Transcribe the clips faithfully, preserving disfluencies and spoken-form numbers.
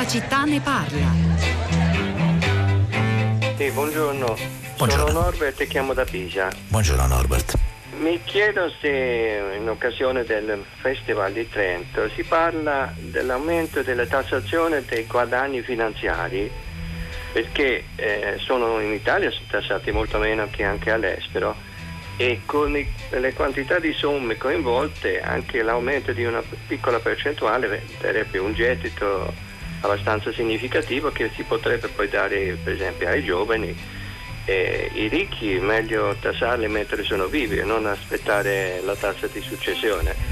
città ne parla. Sì, buongiorno. Buongiorno. Sono Norbert e chiamo da Pisa. Buongiorno Norbert. Mi chiedo se in occasione del Festival di Trento si parla dell'aumento della tassazione dei guadagni finanziari, perché eh, sono in Italia sono tassati molto meno che anche all'estero, e con i, le quantità di somme coinvolte anche l'aumento di una piccola percentuale darebbe un gettito abbastanza significativo che si potrebbe poi dare per esempio ai giovani. Eh, i ricchi è meglio tassarli mentre sono vivi e non aspettare la tassa di successione.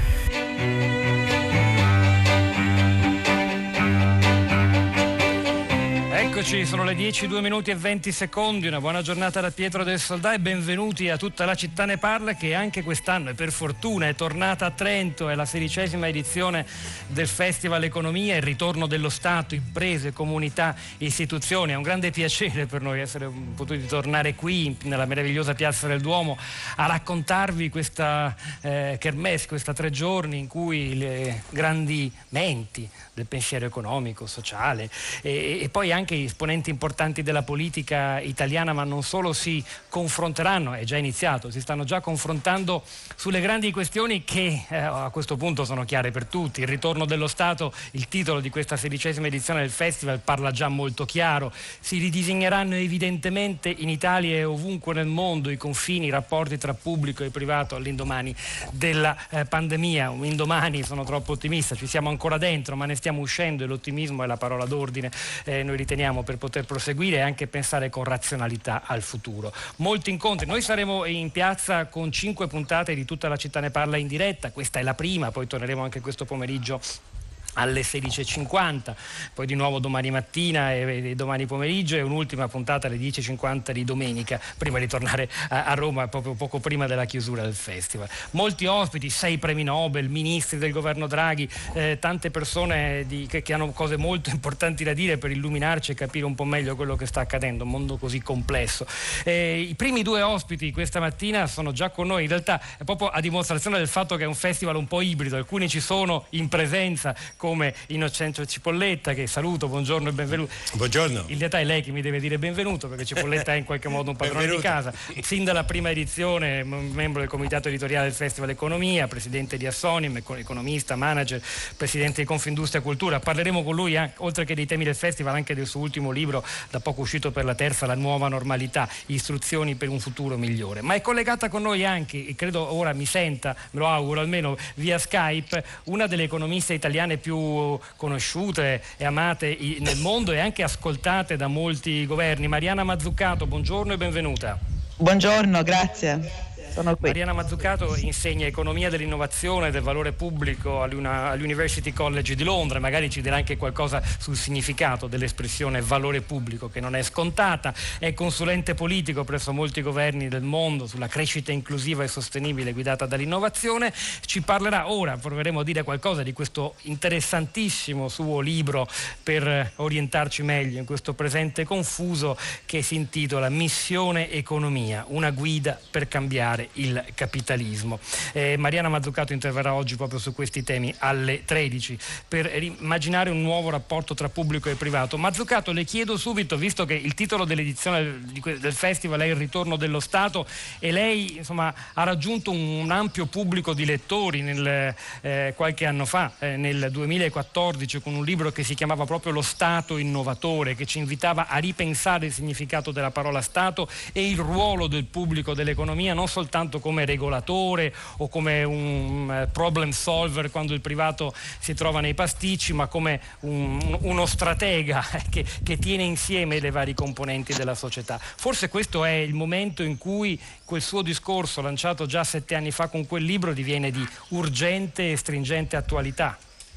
Eccoci, sono le dieci, due minuti e venti secondi, una buona giornata da Pietro del Soldà e benvenuti a Tutta la città ne parla, che anche quest'anno e per fortuna è tornata a Trento. È la sedicesima edizione del Festival Economia, il ritorno dello Stato, imprese, comunità, istituzioni. È un grande piacere per noi essere potuti tornare qui nella meravigliosa Piazza del Duomo a raccontarvi questa eh, kermesse, questa tre giorni in cui le grandi menti del pensiero economico, sociale e, e poi anche esponenti importanti della politica italiana, ma non solo, si confronteranno, è già iniziato, si stanno già confrontando sulle grandi questioni che eh, a questo punto sono chiare per tutti. Il ritorno dello Stato, il titolo di questa sedicesima edizione del festival, parla già molto chiaro. Si ridisegneranno evidentemente in Italia e ovunque nel mondo i confini, i rapporti tra pubblico e privato all'indomani della eh, pandemia. Un indomani, sono troppo ottimista, ci siamo ancora dentro, ma ne stiamo uscendo e l'ottimismo è la parola d'ordine, eh, noi riteniamo, per poter proseguire e anche pensare con razionalità al futuro. Molti incontri, noi saremo in piazza con cinque puntate di Tutta la città ne parla in diretta, questa è la prima, poi torneremo anche questo pomeriggio alle sedici e cinquanta, poi di nuovo domani mattina e, e domani pomeriggio, e un'ultima puntata alle dieci e cinquanta di domenica, prima di tornare a, a Roma proprio poco prima della chiusura del festival. Molti ospiti, sei premi Nobel, ministri del governo Draghi, eh, tante persone di, che, che hanno cose molto importanti da dire per illuminarci e capire un po' meglio quello che sta accadendo, un mondo così complesso. Eh, I primi due ospiti questa mattina sono già con noi, in realtà è proprio a dimostrazione del fatto che è un festival un po' ibrido, alcuni ci sono in presenza, come Innocenzo Cipolletta, che saluto, buongiorno e benvenuto. Buongiorno. In realtà è lei che mi deve dire benvenuto, perché Cipolletta è in qualche modo un padrone di casa. Sin dalla prima edizione, membro del comitato editoriale del Festival Economia, presidente di Assonim, economista, manager, presidente di Confindustria Cultura. Parleremo con lui, anche, oltre che dei temi del festival, anche del suo ultimo libro, da poco uscito per la Terza, La nuova normalità, istruzioni per un futuro migliore. Ma è collegata con noi anche, e credo ora mi senta, me lo auguro almeno via Skype, una delle economiste italiane più conosciute e amate nel mondo e anche ascoltate da molti governi. Mariana Mazzucato, buongiorno e benvenuta. Buongiorno, grazie. Sono qui. Mariana Mazzucato insegna economia dell'innovazione e del valore pubblico all'University College di Londra, magari ci dirà anche qualcosa sul significato dell'espressione valore pubblico, che non è scontata. È consulente politico presso molti governi del mondo sulla crescita inclusiva e sostenibile guidata dall'innovazione. Ci parlerà ora, proveremo a dire qualcosa di questo interessantissimo suo libro per orientarci meglio in questo presente confuso, che si intitola Missione Economia, una guida per cambiare il capitalismo. Eh, Mariana Mazzucato interverrà oggi proprio su questi temi alle tredici per immaginare un nuovo rapporto tra pubblico e privato. Mazzucato, le chiedo subito, visto che il titolo dell'edizione del festival è Il ritorno dello Stato e lei insomma ha raggiunto un, un ampio pubblico di lettori nel, eh, qualche anno fa, eh, nel duemilaquattordici, con un libro che si chiamava proprio Lo Stato innovatore, che ci invitava a ripensare il significato della parola Stato e il ruolo del pubblico dell'economia, non soltanto come regolatore o come un problem solver quando il privato si trova nei pasticci, ma come un, uno stratega che, che tiene insieme le varie componenti della società. Forse questo è il momento in cui quel suo discorso, lanciato già sette anni fa con quel libro, diviene di urgente e stringente attualità.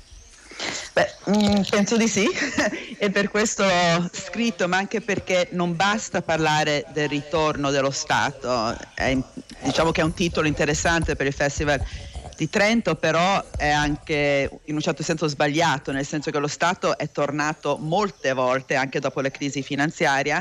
Beh, penso di sì e per questo ho scritto, ma anche perché non basta parlare del ritorno dello Stato. È, diciamo che è un titolo interessante per il Festival di Trento, però è anche in un certo senso sbagliato, nel senso che lo Stato è tornato molte volte anche dopo la crisi finanziaria,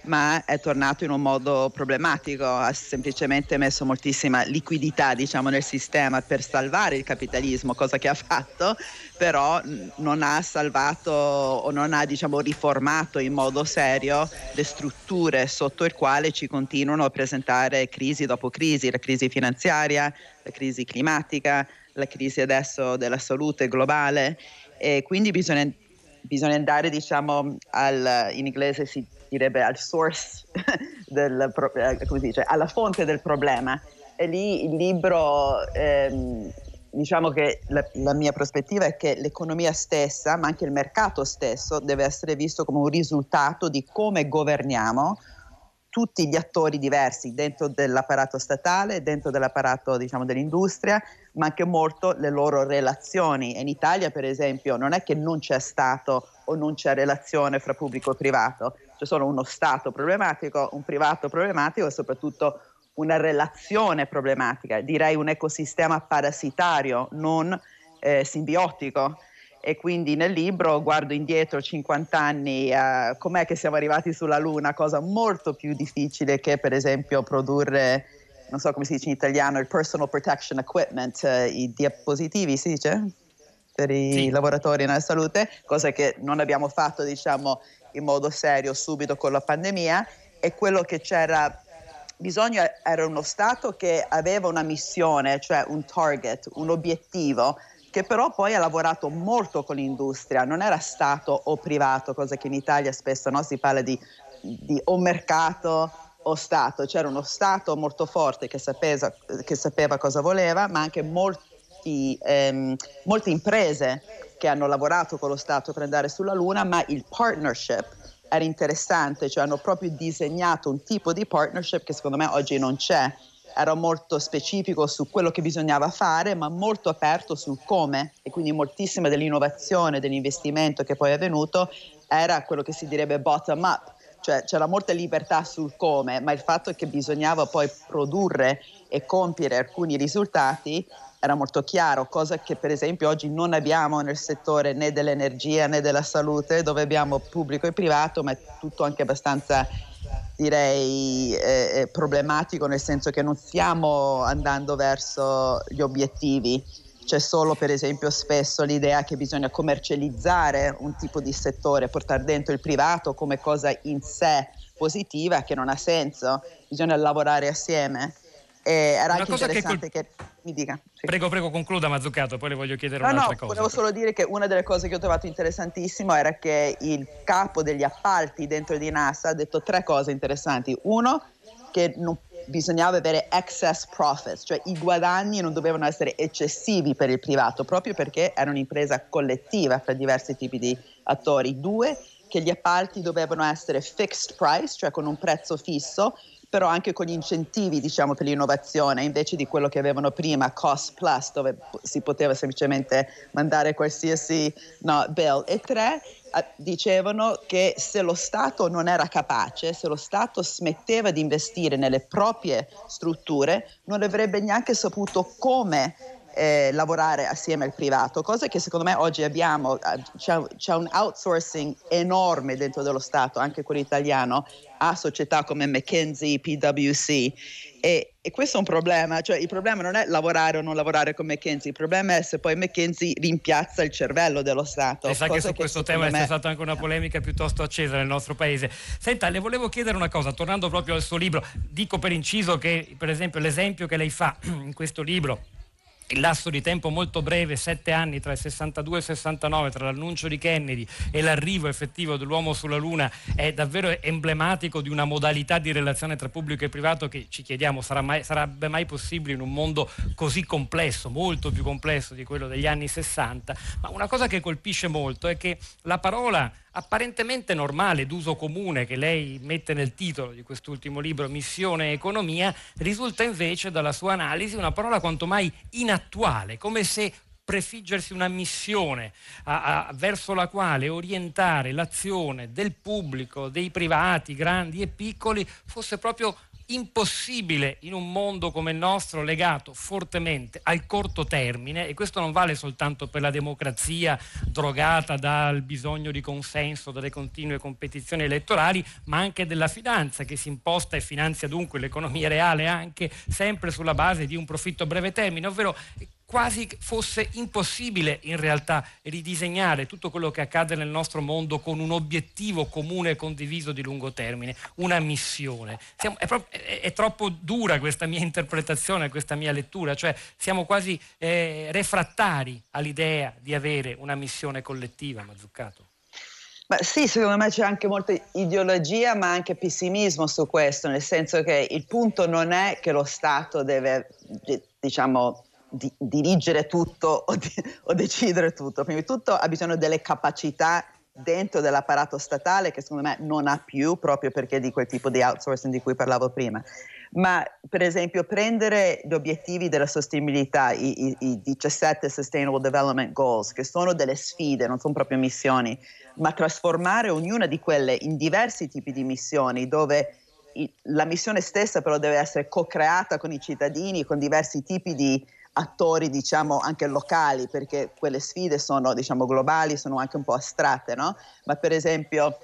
ma è tornato in un modo problematico, ha semplicemente messo moltissima liquidità, diciamo, nel sistema per salvare il capitalismo, cosa che ha fatto, però non ha salvato o non ha, diciamo, riformato in modo serio le strutture sotto il quale ci continuano a presentare crisi dopo crisi, la crisi finanziaria, la crisi climatica, la crisi adesso della salute globale, e quindi bisogna, bisogna andare, diciamo, al, in inglese si direbbe al source del, come si dice, alla fonte del problema, e lì il libro, ehm, diciamo che la, la mia prospettiva è che l'economia stessa, ma anche il mercato stesso, deve essere visto come un risultato di come governiamo tutti gli attori diversi dentro dell'apparato statale, dentro dell'apparato, diciamo, dell'industria, ma anche molto le loro relazioni. In Italia, per esempio, non è che non c'è Stato o non c'è relazione fra pubblico e privato, c'è solo uno Stato problematico, un privato problematico e soprattutto una relazione problematica, direi un ecosistema parassitario, non eh, simbiotico. E quindi nel libro guardo indietro cinquanta anni, uh, com'è che siamo arrivati sulla Luna, cosa molto più difficile che per esempio produrre, non so come si dice in italiano, il personal protection equipment, uh, i diapositivi si dice? Per i sì. lavoratori nella salute, cosa che non abbiamo fatto, diciamo, in modo serio subito con la pandemia, e quello che c'era bisogno era uno Stato che aveva una missione, cioè un target, un obiettivo, che però poi ha lavorato molto con l'industria, non era Stato o privato, cosa che in Italia spesso, no, si parla di, di o mercato o Stato. C'era uno Stato molto forte che sapeva, che sapeva cosa voleva, ma anche molti, ehm, molte imprese che hanno lavorato con lo Stato per andare sulla Luna, ma il partnership era interessante, cioè hanno proprio disegnato un tipo di partnership che secondo me oggi non c'è. Era molto specifico su quello che bisognava fare, ma molto aperto sul come, e quindi moltissima dell'innovazione, dell'investimento che poi è avvenuto era quello che si direbbe bottom up, cioè c'era molta libertà sul come, ma il fatto che bisognava poi produrre e compiere alcuni risultati era molto chiaro, cosa che per esempio oggi non abbiamo nel settore né dell'energia né della salute, dove abbiamo pubblico e privato, ma è tutto anche abbastanza, direi, eh, problematico, nel senso che non stiamo andando verso gli obiettivi. C'è solo, per esempio, spesso l'idea che bisogna commercializzare un tipo di settore, portare dentro il privato come cosa in sé positiva, che non ha senso, bisogna lavorare assieme. E era Una anche interessante che, col... che mi dica. Sì. Prego, prego, concluda Mazzucato, poi le voglio chiedere no, un'altra no, cosa. Volevo solo dire che una delle cose che ho trovato interessantissimo era che il capo degli appalti dentro di NASA ha detto tre cose interessanti. Uno, che non bisognava avere excess profits, cioè i guadagni non dovevano essere eccessivi per il privato, proprio perché era un'impresa collettiva fra diversi tipi di attori. Due, che gli appalti dovevano essere fixed price, cioè con un prezzo fisso, però anche con gli incentivi, diciamo, per l'innovazione, invece di quello che avevano prima, cost plus, dove si poteva semplicemente mandare qualsiasi no, bill. E tre, dicevano che se lo Stato non era capace, se lo Stato smetteva di investire nelle proprie strutture, non avrebbe neanche saputo come Eh, lavorare assieme al privato, cosa che secondo me oggi abbiamo. C'è, c'è un outsourcing enorme dentro dello Stato, anche quello italiano, a società come McKinsey, P W C, e, e questo è un problema, cioè il problema non è lavorare o non lavorare con McKinsey, il problema è se poi McKinsey rimpiazza il cervello dello Stato. E sa che su che questo tema me... c'è stata anche una polemica piuttosto accesa nel nostro paese. Senta, le volevo chiedere una cosa, tornando proprio al suo libro, dico per inciso che per esempio l'esempio che lei fa in questo libro, il lasso di tempo molto breve, sette anni tra il sessantadue e il sessantanove, tra l'annuncio di Kennedy e l'arrivo effettivo dell'uomo sulla Luna, è davvero emblematico di una modalità di relazione tra pubblico e privato che ci chiediamo sarà mai, sarebbe mai possibile in un mondo così complesso, molto più complesso di quello degli anni sessanta. Ma una cosa che colpisce molto è che la parola apparentemente normale, d'uso comune, che lei mette nel titolo di quest'ultimo libro, Missione Economia, risulta invece dalla sua analisi una parola quanto mai inattuale, come se prefiggersi una missione a, a, verso la quale orientare l'azione del pubblico, dei privati, grandi e piccoli, fosse proprio impossibile in un mondo come il nostro legato fortemente al corto termine, e questo non vale soltanto per la democrazia drogata dal bisogno di consenso, dalle continue competizioni elettorali, ma anche della finanza, che si imposta e finanzia dunque l'economia reale anche sempre sulla base di un profitto a breve termine, ovvero quasi fosse impossibile in realtà ridisegnare tutto quello che accade nel nostro mondo con un obiettivo comune e condiviso di lungo termine, una missione. Siamo, è, proprio, è, è troppo dura questa mia interpretazione, questa mia lettura, cioè siamo quasi eh, refrattari all'idea di avere una missione collettiva, Mazzucato. Ma sì, secondo me c'è anche molta ideologia, ma anche pessimismo su questo, nel senso che il punto non è che lo Stato deve, diciamo, di, dirigere tutto o, di, o decidere tutto. Prima di tutto ha bisogno delle capacità dentro dell'apparato statale che secondo me non ha più, proprio perché di quel tipo di outsourcing di cui parlavo prima. Ma per esempio prendere gli obiettivi della sostenibilità, i, i, i diciassette Sustainable Development Goals, che sono delle sfide, non sono proprio missioni, ma trasformare ognuna di quelle in diversi tipi di missioni, dove i, la missione stessa però deve essere co-creata con i cittadini, con diversi tipi di attori, diciamo, anche locali, perché quelle sfide sono, diciamo, globali, sono anche un po' astratte, no? Ma per esempio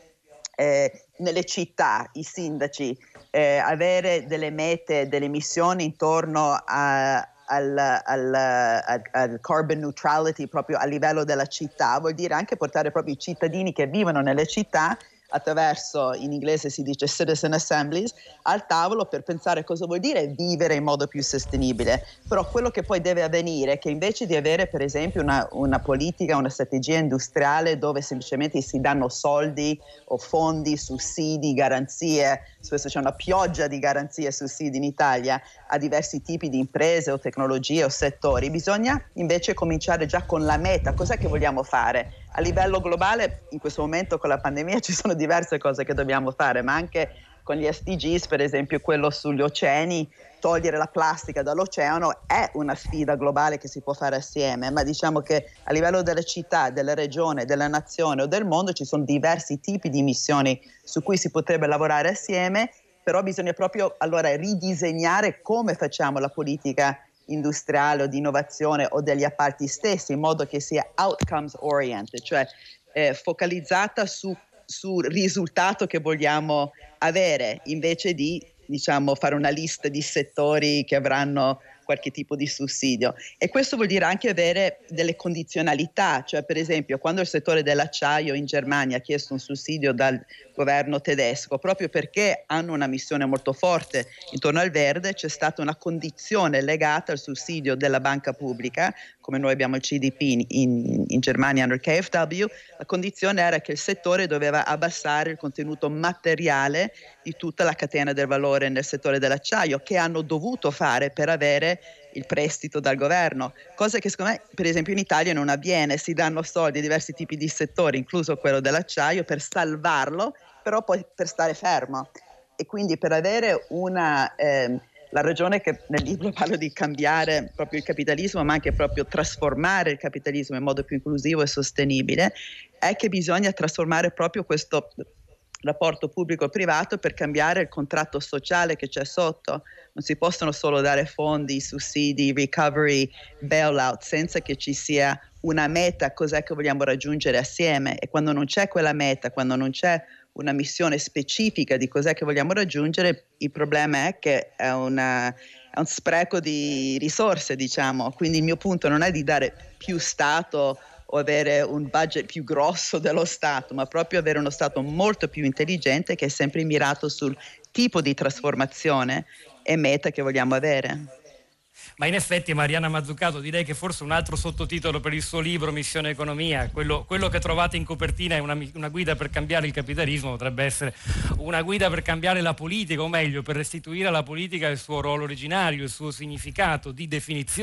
eh, nelle città, i sindaci, eh, avere delle mete, delle missioni intorno a, al, al, al, al carbon neutrality proprio a livello della città, vuol dire anche portare proprio i cittadini che vivono nelle città attraverso, in inglese si dice citizen assemblies, al tavolo per pensare cosa vuol dire vivere in modo più sostenibile. Però quello che poi deve avvenire è che invece di avere per esempio una, una politica, una strategia industriale dove semplicemente si danno soldi o fondi, sussidi, garanzie, spesso c'è una pioggia di garanzie e sussidi in Italia a diversi tipi di imprese o tecnologie o settori, bisogna invece cominciare già con la meta, cos'è che vogliamo fare? A livello globale, in questo momento con la pandemia ci sono diverse cose che dobbiamo fare, ma anche con gli S D Gs, per esempio quello sugli oceani, togliere la plastica dall'oceano è una sfida globale che si può fare assieme, ma diciamo che a livello delle città, della regione, della nazione o del mondo ci sono diversi tipi di missioni su cui si potrebbe lavorare assieme, però bisogna proprio allora ridisegnare come facciamo la politica industriale o di innovazione o degli appalti stessi in modo che sia outcomes oriented, cioè eh, focalizzata su, sul risultato che vogliamo avere invece di, diciamo, fare una lista di settori che avranno qualche tipo di sussidio. E questo vuol dire anche avere delle condizionalità, cioè per esempio quando il settore dell'acciaio in Germania ha chiesto un sussidio dal governo tedesco proprio perché hanno una missione molto forte intorno al verde, c'è stata una condizione legata al sussidio della banca pubblica, come noi abbiamo il C D P in, in, in Germania hanno il K F W, la condizione era che il settore doveva abbassare il contenuto materiale di tutta la catena del valore nel settore dell'acciaio, che hanno dovuto fare per avere il prestito dal governo, cosa che secondo me per esempio in Italia non avviene, si danno soldi a diversi tipi di settori, incluso quello dell'acciaio, per salvarlo, però poi per stare fermo. E quindi per avere una, eh, la ragione che nel libro parlo di cambiare proprio il capitalismo, ma anche proprio trasformare il capitalismo in modo più inclusivo e sostenibile, è che bisogna trasformare proprio questo rapporto pubblico-privato per cambiare il contratto sociale che c'è sotto. Non si possono solo dare fondi, sussidi, recovery, bailout senza che ci sia una meta, cos'è che vogliamo raggiungere assieme, e quando non c'è quella meta, quando non c'è una missione specifica di cos'è che vogliamo raggiungere, il problema è che è, una, è un spreco di risorse, diciamo. Quindi il mio punto non è di dare più Stato o avere un budget più grosso dello Stato, ma proprio avere uno Stato molto più intelligente che è sempre mirato sul tipo di trasformazione e meta che vogliamo avere. Ma in effetti, Mariana Mazzucato, direi che forse un altro sottotitolo per il suo libro Missione Economia, quello, quello che trovate in copertina è una, una guida per cambiare il capitalismo, potrebbe essere una guida per cambiare la politica, o meglio per restituire alla politica il suo ruolo originario, il suo significato di definizione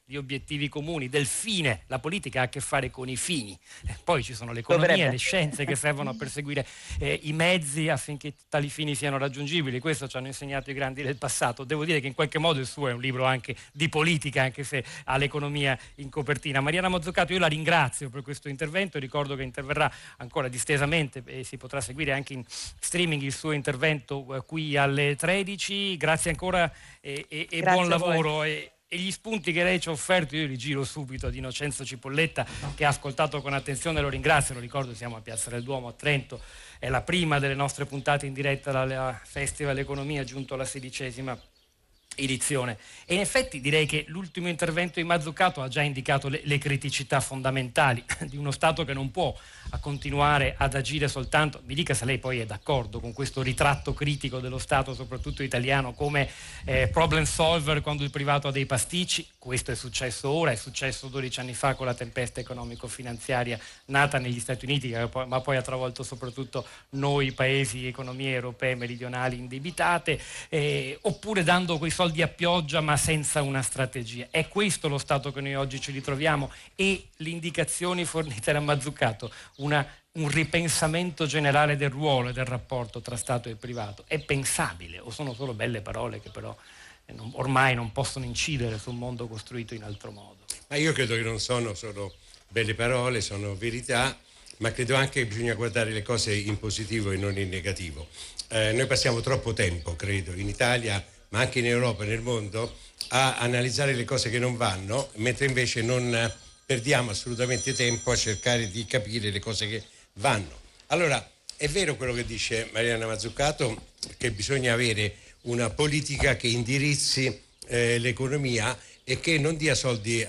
gli obiettivi comuni, del fine. La politica ha a che fare con i fini, poi ci sono l'economia e le scienze che servono a perseguire eh, i mezzi affinché tali fini siano raggiungibili. Questo ci hanno insegnato i grandi del passato. Devo dire che in qualche modo il suo è un libro anche di politica, anche se ha l'economia in copertina. Mariana Mazzucato, io la ringrazio per questo intervento, ricordo che interverrà ancora distesamente e si potrà seguire anche in streaming il suo intervento eh, qui alle tredici. Grazie ancora e, e, e buon lavoro. E, e gli spunti che lei ci ha offerto io li giro subito ad Innocenzo Cipolletta, che ha ascoltato con attenzione, lo ringrazio. Lo ricordo, siamo a Piazza del Duomo a Trento, è la prima delle nostre puntate in diretta alla Festival Economia, giunto alla sedicesima edizione. E in effetti direi che l'ultimo intervento di Mazzucato ha già indicato le, le criticità fondamentali di uno Stato che non può a continuare ad agire soltanto, mi dica se lei poi è d'accordo con questo ritratto critico dello Stato, soprattutto italiano, come eh, problem solver quando il privato ha dei pasticci. Questo è successo ora, è successo dodici anni fa con la tempesta economico-finanziaria nata negli Stati Uniti, ma poi ha travolto soprattutto noi paesi, economie europee meridionali indebitate, eh, oppure dando quei soldi a pioggia ma senza una strategia. È questo lo Stato che noi oggi ci ritroviamo, e le indicazioni fornite da Mazzucato, una, un ripensamento generale del ruolo e del rapporto tra Stato e privato, è pensabile o sono solo belle parole che però eh, non, ormai non possono incidere sul mondo costruito in altro modo? Ma io credo che non sono solo belle parole, sono verità, ma credo anche che bisogna guardare le cose in positivo e non in negativo. Eh, noi passiamo troppo tempo, credo, in Italia, ma anche in Europa e nel mondo, a analizzare le cose che non vanno, mentre invece non perdiamo assolutamente tempo a cercare di capire le cose che vanno. Allora, è vero quello che dice Mariana Mazzucato, che bisogna avere una politica che indirizzi eh, l'economia e che non dia soldi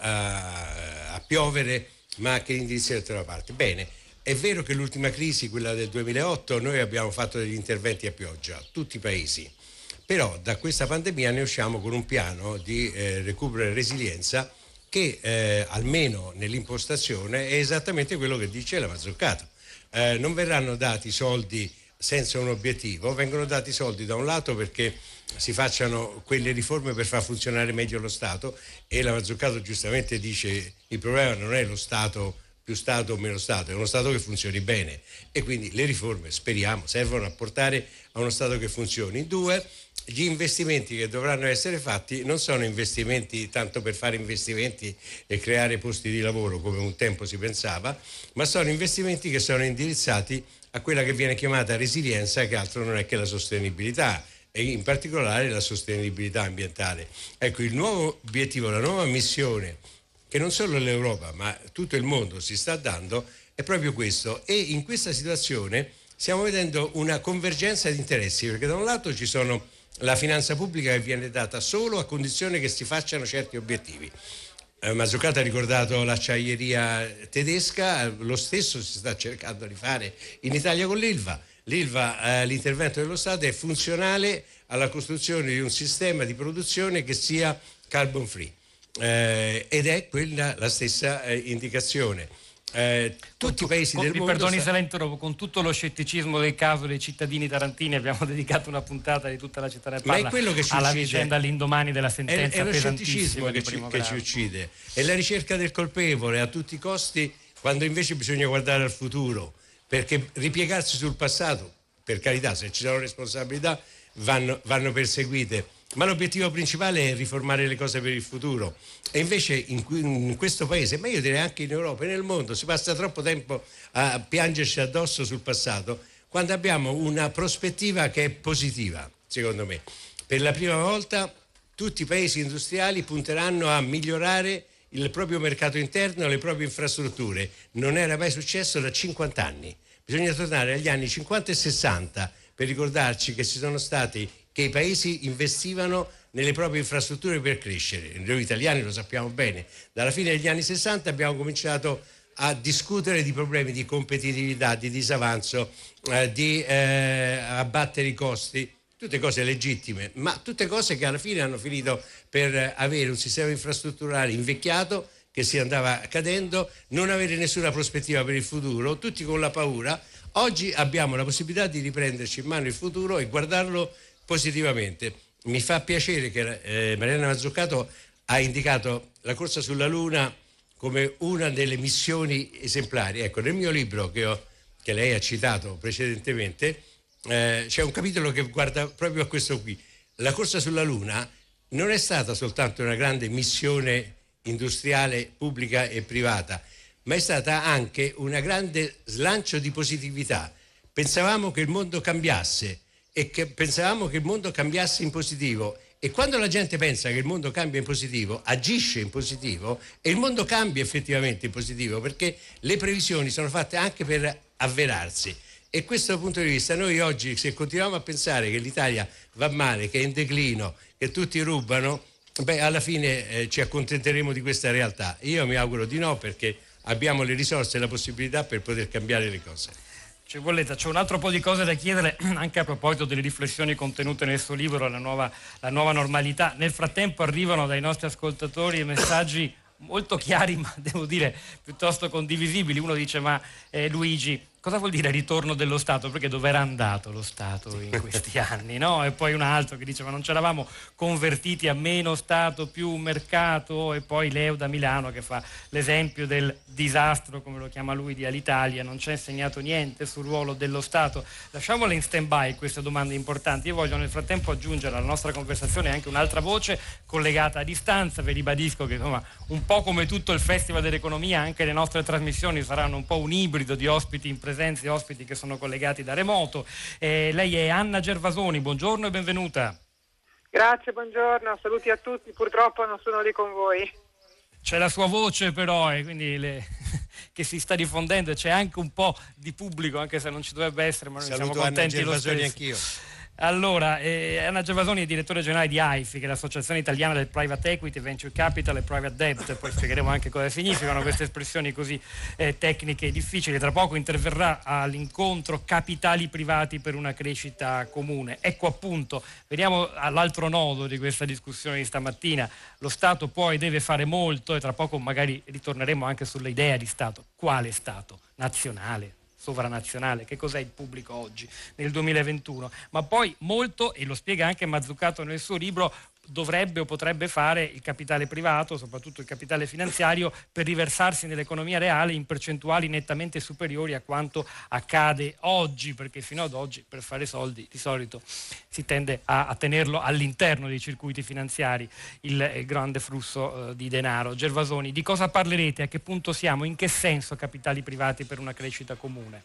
a, a piovere, ma che indirizzi da una parte. Bene, è vero che l'ultima crisi, quella del duemilaotto, noi abbiamo fatto degli interventi a pioggia, tutti i paesi. Però da questa pandemia ne usciamo con un piano di eh, recupero e resilienza che eh, almeno nell'impostazione è esattamente quello che dice la Mazzucato. Eh, non verranno dati soldi senza un obiettivo, vengono dati soldi da un lato perché si facciano quelle riforme per far funzionare meglio lo Stato, e la Mazzucato giustamente dice il problema non è lo Stato, più Stato o meno Stato, è uno Stato che funzioni bene, e quindi le riforme, speriamo, servono a portare a uno Stato che funzioni. Due, gli investimenti che dovranno essere fatti non sono investimenti tanto per fare investimenti e creare posti di lavoro come un tempo si pensava, ma sono investimenti che sono indirizzati a quella che viene chiamata resilienza, che altro non è che la sostenibilità, e in particolare la sostenibilità ambientale. Ecco, il nuovo obiettivo, la nuova missione che non solo l'Europa ma tutto il mondo si sta dando è proprio questo, e in questa situazione stiamo vedendo una convergenza di interessi, perché da un lato ci sono la finanza pubblica che viene data solo a condizione che si facciano certi obiettivi. Eh, Mazzucato ha ricordato l'acciaieria tedesca, lo stesso si sta cercando di fare in Italia con l'Ilva. L'Ilva, eh, l'intervento dello Stato è funzionale alla costruzione di un sistema di produzione che sia carbon free, eh, ed è quella la stessa eh, indicazione. Eh, tutti i paesi con, del mi mondo perdoni sta... se la interrompo, con tutto lo scetticismo del caso dei cittadini tarantini abbiamo dedicato una puntata di Tutta la città ne parla Ma è quello che ci alla uccide. Vicenda all'indomani della sentenza è, è lo pesantissima scetticismo che ci, che ci uccide, è la ricerca del colpevole a tutti i costi, quando invece bisogna guardare al futuro, perché ripiegarsi sul passato, per carità, se ci sono responsabilità vanno, vanno perseguite, ma l'obiettivo principale è riformare le cose per il futuro. E invece in, in questo paese, ma io direi anche in Europa e nel mondo, si passa troppo tempo a piangerci addosso sul passato, quando abbiamo una prospettiva che è positiva, secondo me. Per la prima volta tutti i paesi industriali punteranno a migliorare il proprio mercato interno, le proprie infrastrutture. Non era mai successo da cinquanta anni. Bisogna tornare agli anni cinquanta e sessanta per ricordarci che ci sono stati, che i paesi investivano nelle proprie infrastrutture per crescere. Noi italiani lo sappiamo bene, dalla fine degli anni sessanta abbiamo cominciato a discutere di problemi di competitività, di disavanzo, eh, di eh, abbattere i costi, tutte cose legittime, ma tutte cose che alla fine hanno finito per avere un sistema infrastrutturale invecchiato che si andava cadendo, non avere nessuna prospettiva per il futuro, tutti con la paura. Oggi abbiamo la possibilità di riprenderci in mano il futuro e guardarlo positivamente. Mi fa piacere che eh, Mariana Mazzucato ha indicato la corsa sulla Luna come una delle missioni esemplari. Ecco, nel mio libro che, ho, che lei ha citato precedentemente, eh, c'è un capitolo che guarda proprio a questo qui. La corsa sulla Luna non è stata soltanto una grande missione industriale pubblica e privata, ma è stata anche una grande slancio di positività. Pensavamo che il mondo cambiasse e che pensavamo che il mondo cambiasse in positivo, e quando la gente pensa che il mondo cambia in positivo, agisce in positivo, e il mondo cambia effettivamente in positivo, perché le previsioni sono fatte anche per avverarsi. E questo punto di vista, noi oggi, se continuiamo a pensare che l'Italia va male, che è in declino, che tutti rubano, beh, alla fine eh, ci accontenteremo di questa realtà. Io mi auguro di no, perché abbiamo le risorse e la possibilità per poter cambiare le cose. C'è Bolletta, c'è un altro po' di cose da chiedere anche a proposito delle riflessioni contenute nel suo libro, la nuova, la nuova normalità. Nel frattempo arrivano dai nostri ascoltatori messaggi molto chiari, ma devo dire piuttosto condivisibili. Uno dice: ma eh, Luigi, cosa vuol dire ritorno dello Stato? Perché dove era andato lo Stato in questi anni, no? E poi un altro che dice: ma non ci eravamo convertiti a meno Stato, più mercato? E poi Leo da Milano che fa l'esempio del disastro, come lo chiama lui, di Alitalia. Non ci ha insegnato niente sul ruolo dello Stato. Lasciamole in stand-by queste domande importanti. Io voglio nel frattempo aggiungere alla nostra conversazione anche un'altra voce collegata a distanza. Vi ribadisco che, insomma, un po' come tutto il Festival dell'Economia, anche le nostre trasmissioni saranno un po' un ibrido di ospiti in presenza e ospiti che sono collegati da remoto. Eh, lei è Anna Gervasoni, buongiorno e benvenuta. Grazie, buongiorno, saluti a tutti, purtroppo non sono lì con voi. C'è la sua voce però, e quindi le... che si sta diffondendo, e c'è anche un po' di pubblico, anche se non ci dovrebbe essere, ma noi Saluto siamo contenti Anna lo Gervasoni stesso. anch'io. Allora, eh, Anna Gervasoni è direttore generale di A I F I, che è l'Associazione Italiana del Private Equity, Venture Capital e Private Debt. Poi spiegheremo anche cosa significano queste espressioni così eh, tecniche e difficili. Tra poco interverrà all'incontro Capitali Privati per una crescita comune. Ecco appunto, veniamo all'altro nodo di questa discussione di stamattina. Lo Stato poi deve fare molto, e tra poco magari ritorneremo anche sull'idea di Stato. Quale Stato? Nazionale? Sovranazionale, che cos'è il pubblico oggi nel duemilaventuno, ma poi molto, e lo spiega anche Mazzucato nel suo libro, dovrebbe o potrebbe fare il capitale privato, soprattutto il capitale finanziario, per riversarsi nell'economia reale in percentuali nettamente superiori a quanto accade oggi, perché fino ad oggi per fare soldi di solito si tende a, a tenerlo all'interno dei circuiti finanziari, il, il grande flusso eh, di denaro. Gervasoni, di cosa parlerete? A che punto siamo? In che senso capitali privati per una crescita comune?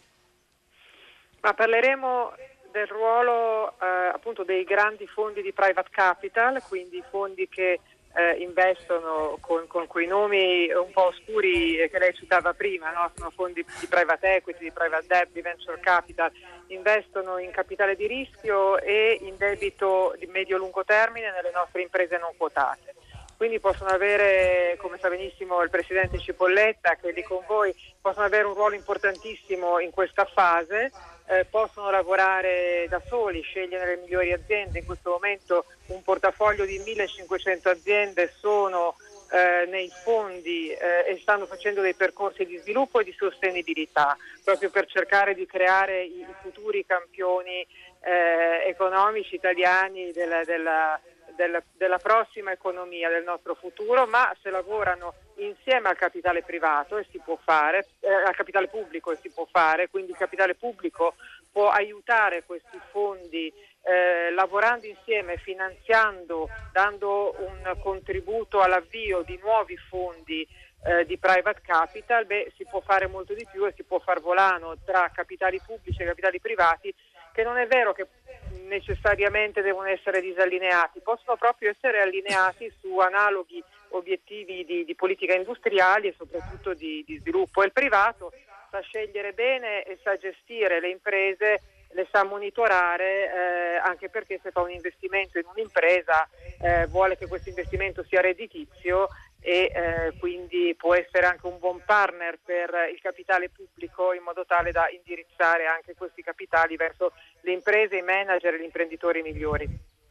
Ma parleremo del ruolo eh, appunto dei grandi fondi di private capital, quindi fondi che eh, investono con, con quei nomi un po' oscuri che lei citava prima, no? Sono fondi di private equity, di private debt, di venture capital, investono in capitale di rischio e in debito di medio-lungo termine nelle nostre imprese non quotate. Quindi possono avere, come sa benissimo il Presidente Cipolletta, che è lì con voi, possono avere un ruolo importantissimo in questa fase. Eh, possono lavorare da soli, scegliere le migliori aziende. In questo momento un portafoglio di millecinquecento aziende sono eh, nei fondi eh, e stanno facendo dei percorsi di sviluppo e di sostenibilità, proprio per cercare di creare i, i futuri campioni eh, economici italiani della, della Della, della prossima economia, del nostro futuro, ma se lavorano insieme al capitale privato, e si può fare, eh, al capitale pubblico, e si può fare, quindi il capitale pubblico può aiutare questi fondi eh, lavorando insieme, finanziando, dando un contributo all'avvio di nuovi fondi eh, di private capital. Beh, si può fare molto di più e si può far volano tra capitali pubblici e capitali privati, che non è vero che necessariamente devono essere disallineati, possono proprio essere allineati su analoghi obiettivi di, di politica industriali e soprattutto di, di sviluppo. E il privato sa scegliere bene e sa gestire le imprese, le sa monitorare, eh, anche perché se fa un investimento in un'impresa eh, vuole che questo investimento sia redditizio, e eh, quindi può essere anche un buon partner per il capitale pubblico, in modo tale da indirizzare anche questi capitali verso le imprese, i manager e gli imprenditori migliori.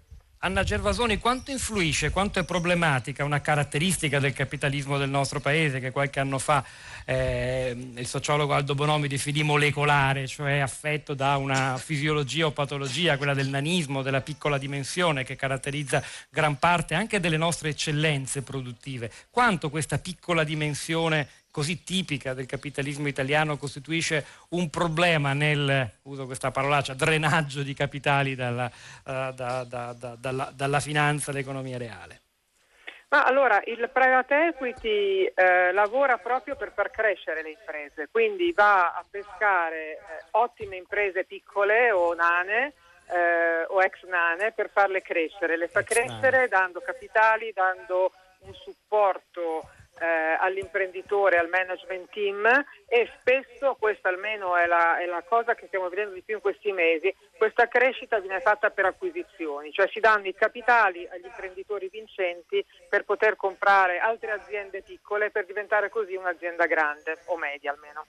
Anna Gervasoni, quanto influisce, quanto è problematica una caratteristica del capitalismo del nostro paese che qualche anno fa eh, il sociologo Aldo Bonomi definì molecolare, cioè affetto da una fisiologia o patologia, quella del nanismo, della piccola dimensione che caratterizza gran parte anche delle nostre eccellenze produttive. Quanto questa piccola dimensione così tipica del capitalismo italiano costituisce un problema nel, uso questa parolaccia, drenaggio di capitali dalla, uh, da, da, da, dalla, dalla finanza all'economia reale? Ma allora il private equity eh, lavora proprio per far crescere le imprese, quindi va a pescare eh, ottime imprese piccole o nane eh, o ex nane per farle crescere, le fa crescere dando capitali, dando un supporto Eh, all'imprenditore, al management team, e spesso, questa almeno è la, è la cosa che stiamo vedendo di più in questi mesi, questa crescita viene fatta per acquisizioni, cioè si danno i capitali agli imprenditori vincenti per poter comprare altre aziende piccole per diventare così un'azienda grande o media almeno.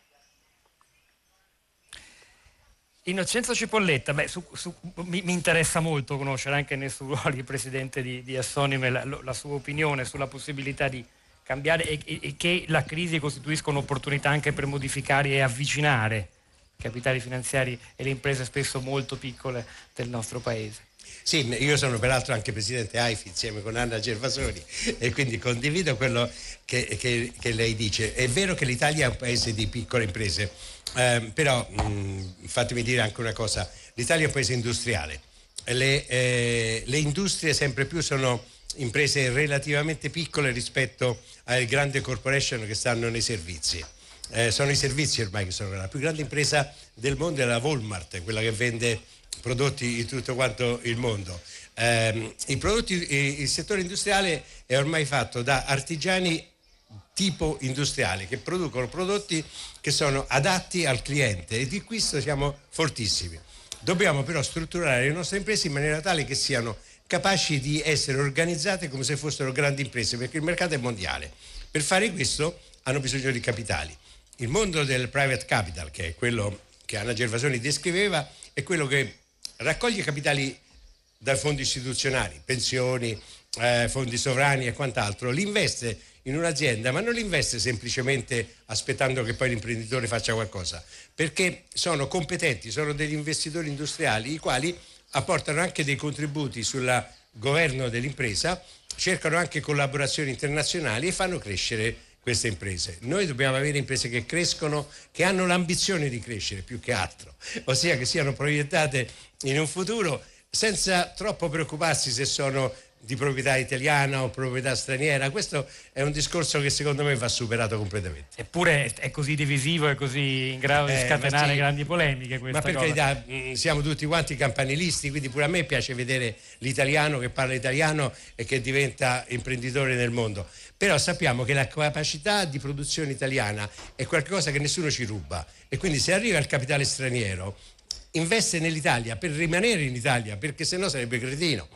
Innocenzo Cipolletta, beh, su, su, mi, mi interessa molto conoscere anche nel suo ruolo di presidente di, di Assonime la, la sua opinione sulla possibilità di cambiare e, e, e che la crisi costituisca un'opportunità anche per modificare e avvicinare i capitali finanziari e le imprese spesso molto piccole del nostro paese. Sì, io sono peraltro anche presidente A I F I insieme con Anna Gervasoni e quindi condivido quello che, che, che lei dice. È vero che l'Italia è un paese di piccole imprese, eh, però mh, fatemi dire anche una cosa, l'Italia è un paese industriale, le, eh, le industrie sempre più sono imprese relativamente piccole rispetto alle grandi corporation che stanno nei servizi. Eh, sono i servizi ormai che sono la più grande impresa del mondo, è la Walmart, quella che vende prodotti in tutto quanto il mondo. Eh, i prodotti, il settore industriale è ormai fatto da artigiani tipo industriale che producono prodotti che sono adatti al cliente e di questo siamo fortissimi. Dobbiamo però strutturare le nostre imprese in maniera tale che siano capaci di essere organizzate come se fossero grandi imprese, perché il mercato è mondiale. Per fare questo hanno bisogno di capitali. Il mondo del private capital, che è quello che Anna Gervasoni descriveva, è quello che raccoglie capitali dai fondi istituzionali, pensioni, eh, fondi sovrani e quant'altro, li investe in un'azienda, ma non li investe semplicemente aspettando che poi l'imprenditore faccia qualcosa, perché sono competenti, sono degli investitori industriali i quali apportano anche dei contributi sul governo dell'impresa, cercano anche collaborazioni internazionali e fanno crescere queste imprese. Noi dobbiamo avere imprese che crescono, che hanno l'ambizione di crescere più che altro, ossia che siano proiettate in un futuro senza troppo preoccuparsi se sono di proprietà italiana o proprietà straniera. Questo è un discorso che secondo me va superato completamente. Eppure è così divisivo e così in grado di eh, scatenare sì, grandi polemiche questa ma per cosa. carità, mh, siamo tutti quanti campanilisti, quindi pure a me piace vedere l'italiano che parla italiano e che diventa imprenditore nel mondo, però sappiamo che la capacità di produzione italiana è qualcosa che nessuno ci ruba e quindi se arriva il capitale straniero investe nell'Italia per rimanere in Italia, perché sennò sarebbe cretino.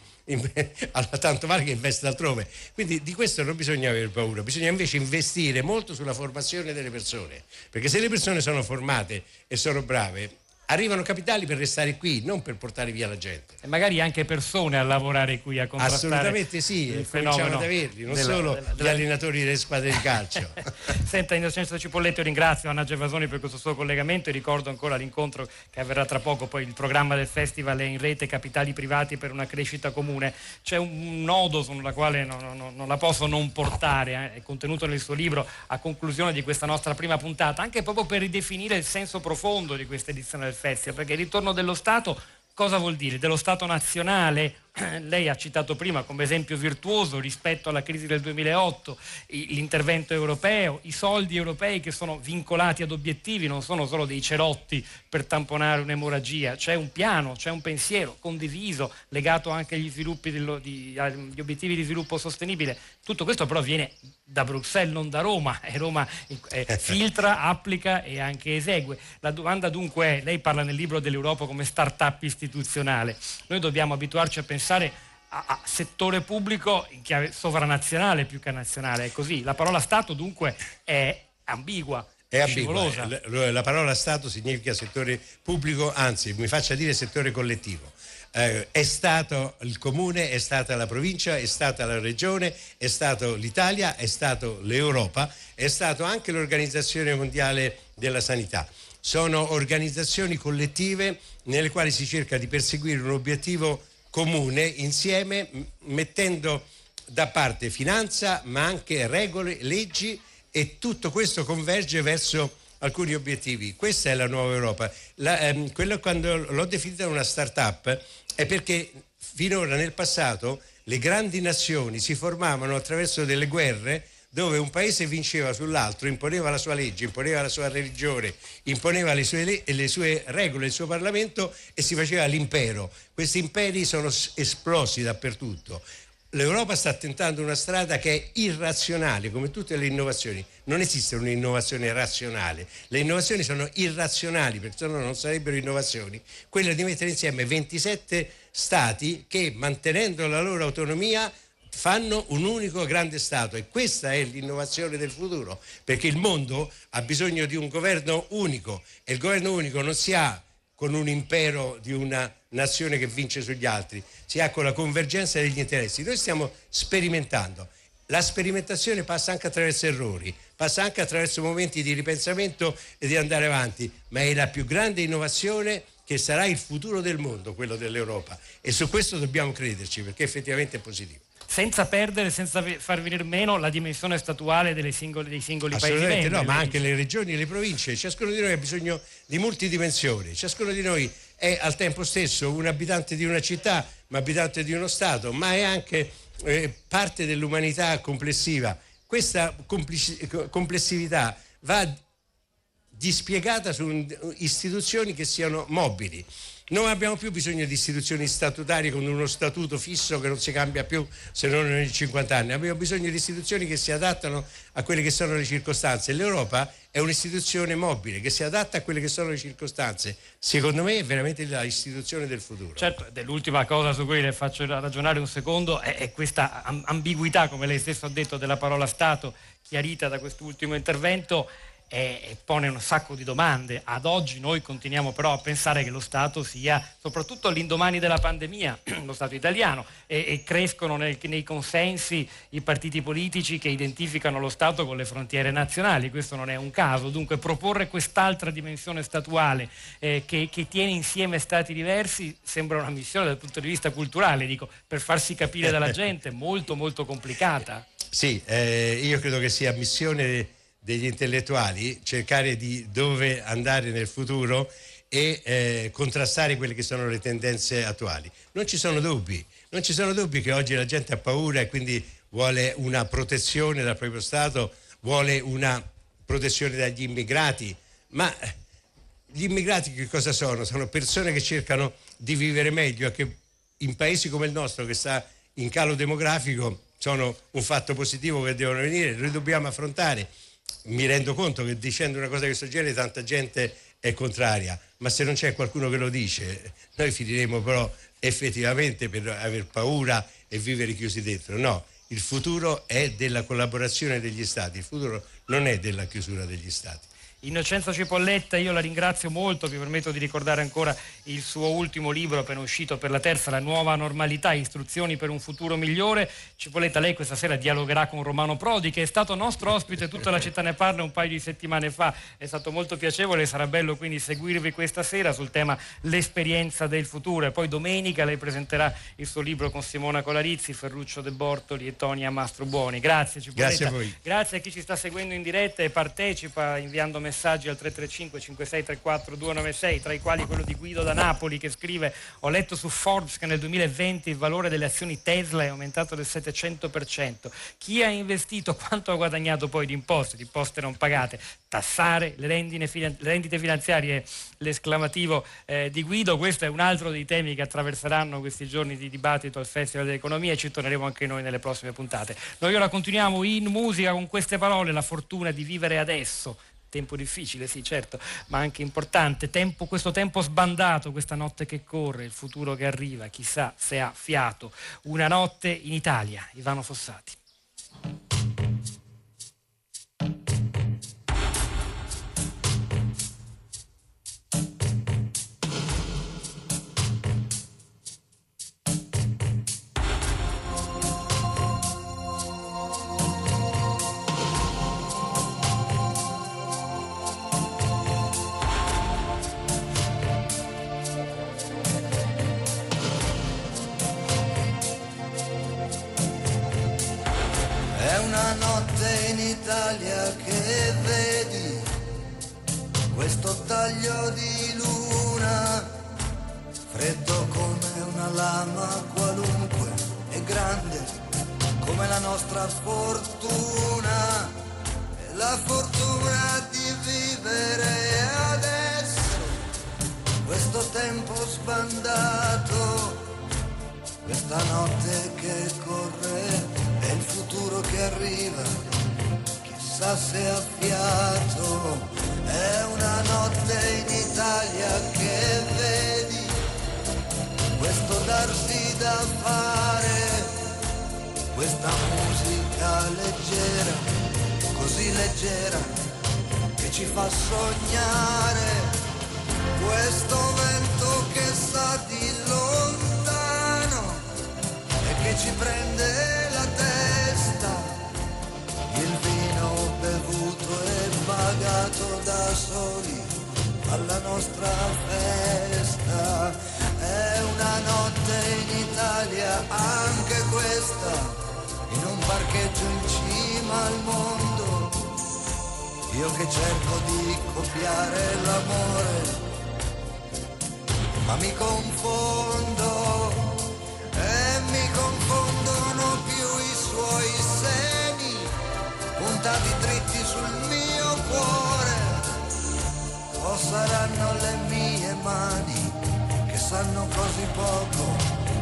Tanto vale che investe altrove, quindi di questo non bisogna avere paura, bisogna invece investire molto sulla formazione delle persone, perché se le persone sono formate e sono brave arrivano capitali per restare qui, non per portare via la gente. E magari anche persone a lavorare qui, a contrastare. Assolutamente sì, il cominciamo ad averli, non della, solo della, gli della... allenatori delle squadre di calcio. Senta, Innocenzo Cipolletto, ringrazio Anna Gervasoni per questo suo collegamento e ricordo ancora l'incontro che avverrà tra poco, poi il programma del festival è in rete Capitali Privati per una crescita comune. C'è un nodo sulla quale non, non, non la posso non portare, eh, è contenuto nel suo libro a conclusione di questa nostra prima puntata, anche proprio per ridefinire il senso profondo di questa edizione del festival, perché il ritorno dello Stato cosa vuol dire? Dello Stato nazionale? Lei ha citato prima come esempio virtuoso rispetto alla crisi del duemilaotto l'intervento europeo, i soldi europei che sono vincolati ad obiettivi, non sono solo dei cerotti per tamponare un'emorragia, c'è un piano, c'è un pensiero condiviso legato anche agli sviluppi dello, di, agli obiettivi di sviluppo sostenibile. Tutto questo però viene da Bruxelles, non da Roma, e Roma eh, filtra, applica e anche esegue. La domanda dunque è, lei parla nel libro dell'Europa come start-up istituzionale, noi dobbiamo abituarci a pensare a, a settore pubblico in chiave sovranazionale più che nazionale, è così. La parola Stato dunque è ambigua. È ambigua. La, la parola Stato significa settore pubblico, anzi mi faccia dire settore collettivo. Eh, è stato il comune, è stata la provincia, è stata la regione, è stato l'Italia, è stato l'Europa, è stato anche l'Organizzazione Mondiale della Sanità. Sono organizzazioni collettive nelle quali si cerca di perseguire un obiettivo comune insieme, mettendo da parte finanza ma anche regole, leggi, e tutto questo converge verso alcuni obiettivi. Questa è la nuova Europa. La, ehm, quello quando l'ho definita una start-up è perché finora nel passato le grandi nazioni si formavano attraverso delle guerre dove un paese vinceva sull'altro, imponeva la sua legge, imponeva la sua religione, imponeva le sue, le, le sue regole, il suo Parlamento, e si faceva l'impero. Questi imperi sono esplosi dappertutto. L'Europa sta tentando una strada che è irrazionale, come tutte le innovazioni. Non esiste un'innovazione razionale. Le innovazioni sono irrazionali, perché sennò non sarebbero innovazioni. Quella di mettere insieme ventisette stati che, mantenendo la loro autonomia, fanno un unico grande Stato, e questa è l'innovazione del futuro, perché il mondo ha bisogno di un governo unico, e il governo unico non si ha con un impero di una nazione che vince sugli altri, si ha con la convergenza degli interessi. Noi stiamo sperimentando. La sperimentazione passa anche attraverso errori, passa anche attraverso momenti di ripensamento e di andare avanti, ma è la più grande innovazione che sarà il futuro del mondo, quello dell'Europa, e su questo dobbiamo crederci, perché effettivamente è positivo. Senza perdere, senza far venire meno la dimensione statuale delle singole, dei singoli paesi membri. Assolutamente no, ma anche le regioni e le province. Ciascuno di noi ha bisogno di multidimensioni. Ciascuno di noi è al tempo stesso un abitante di una città, ma abitante di uno Stato, ma è anche eh, parte dell'umanità complessiva. Questa complessività va dispiegata su istituzioni che siano mobili. Non abbiamo più bisogno di istituzioni statutarie con uno statuto fisso che non si cambia più se non ogni cinquanta anni. Abbiamo bisogno di istituzioni che si adattano a quelle che sono le circostanze. L'Europa è un'istituzione mobile che si adatta a quelle che sono le circostanze. Secondo me è veramente l'istituzione del futuro. Certo, l'ultima cosa su cui le faccio ragionare un secondo è, è questa ambiguità, come lei stesso ha detto, della parola Stato, chiarita da quest'ultimo intervento. E pone un sacco di domande. Ad oggi noi continuiamo però a pensare che lo Stato sia, soprattutto all'indomani della pandemia, lo Stato italiano, e, e crescono nel, nei consensi i partiti politici che identificano lo Stato con le frontiere nazionali. Questo non è un caso. Dunque proporre quest'altra dimensione statuale eh, che, che tiene insieme stati diversi sembra una missione dal punto di vista culturale, dico, per farsi capire dalla gente, molto molto complicata. Sì, eh, io credo che sia missione degli intellettuali cercare di dove andare nel futuro e eh, contrastare quelle che sono le tendenze attuali. Non ci sono dubbi, non ci sono dubbi che oggi la gente ha paura e quindi vuole una protezione dal proprio Stato, vuole una protezione dagli immigrati, ma gli immigrati che cosa sono? Sono persone che cercano di vivere meglio e che in paesi come il nostro, che sta in calo demografico, sono un fatto positivo che devono venire. Noi dobbiamo affrontare. Mi rendo conto che dicendo una cosa di questo genere tanta gente è contraria, ma se non c'è qualcuno che lo dice, noi finiremo però effettivamente per aver paura e vivere chiusi dentro. No, il futuro è della collaborazione degli Stati, il futuro non è della chiusura degli Stati. Innocenzo Cipolletta, io la ringrazio molto, vi permetto di ricordare ancora il suo ultimo libro appena uscito per la Terza, La nuova normalità, istruzioni per un futuro migliore. Cipolletta, lei questa sera dialogherà con Romano Prodi, che è stato nostro ospite, Tutta la città ne parla un paio di settimane fa, è stato molto piacevole, sarà bello quindi seguirvi questa sera sul tema l'esperienza del futuro, e poi domenica lei presenterà il suo libro con Simona Colarizzi, Ferruccio De Bortoli e Tonia Mastrobuoni. Grazie Cipolletta. Grazie a voi. Grazie a chi ci sta seguendo in diretta e partecipa inviando messaggi al tre tre cinque cinque sei tre quattro due nove sei, tra i quali quello di Guido da Napoli, che scrive: ho letto su Forbes che nel duemilaventi il valore delle azioni Tesla è aumentato del settecento per cento. Chi ha investito quanto ha guadagnato poi di imposte, di imposte non pagate? Tassare le rendite, le rendite finanziarie, l'esclamativo eh, di Guido. Questo è un altro dei temi che attraverseranno questi giorni di dibattito al Festival dell'Economia, e ci torneremo anche noi nelle prossime puntate. Noi ora continuiamo in musica con queste parole: la fortuna di vivere adesso. Tempo difficile, sì, certo, ma anche importante. Tempo, questo tempo sbandato, questa notte che corre, il futuro che arriva, chissà se ha fiato. Una notte in Italia, Ivano Fossati. una notte in Italia che vedi questo taglio di luna, freddo come una lama qualunque e grande come la nostra fortuna, e la fortuna di vivere adesso questo tempo sbandato, questa notte che corre e il futuro che arriva, chissà se ha fiato. È una notte in Italia che vedi questo darsi da fare, questa musica leggera, così leggera che ci fa sognare, questo vento che sa di lontano e che ci prende la testa, il vino bevuto e pagato da soli alla nostra festa. È una notte in Italia anche questa, in un parcheggio in cima al mondo, io che cerco di copiare l'amore ma mi confondo e mi confondono più i suoi semi puntati dritti sul mio cuore, o saranno le mie mani che sanno così poco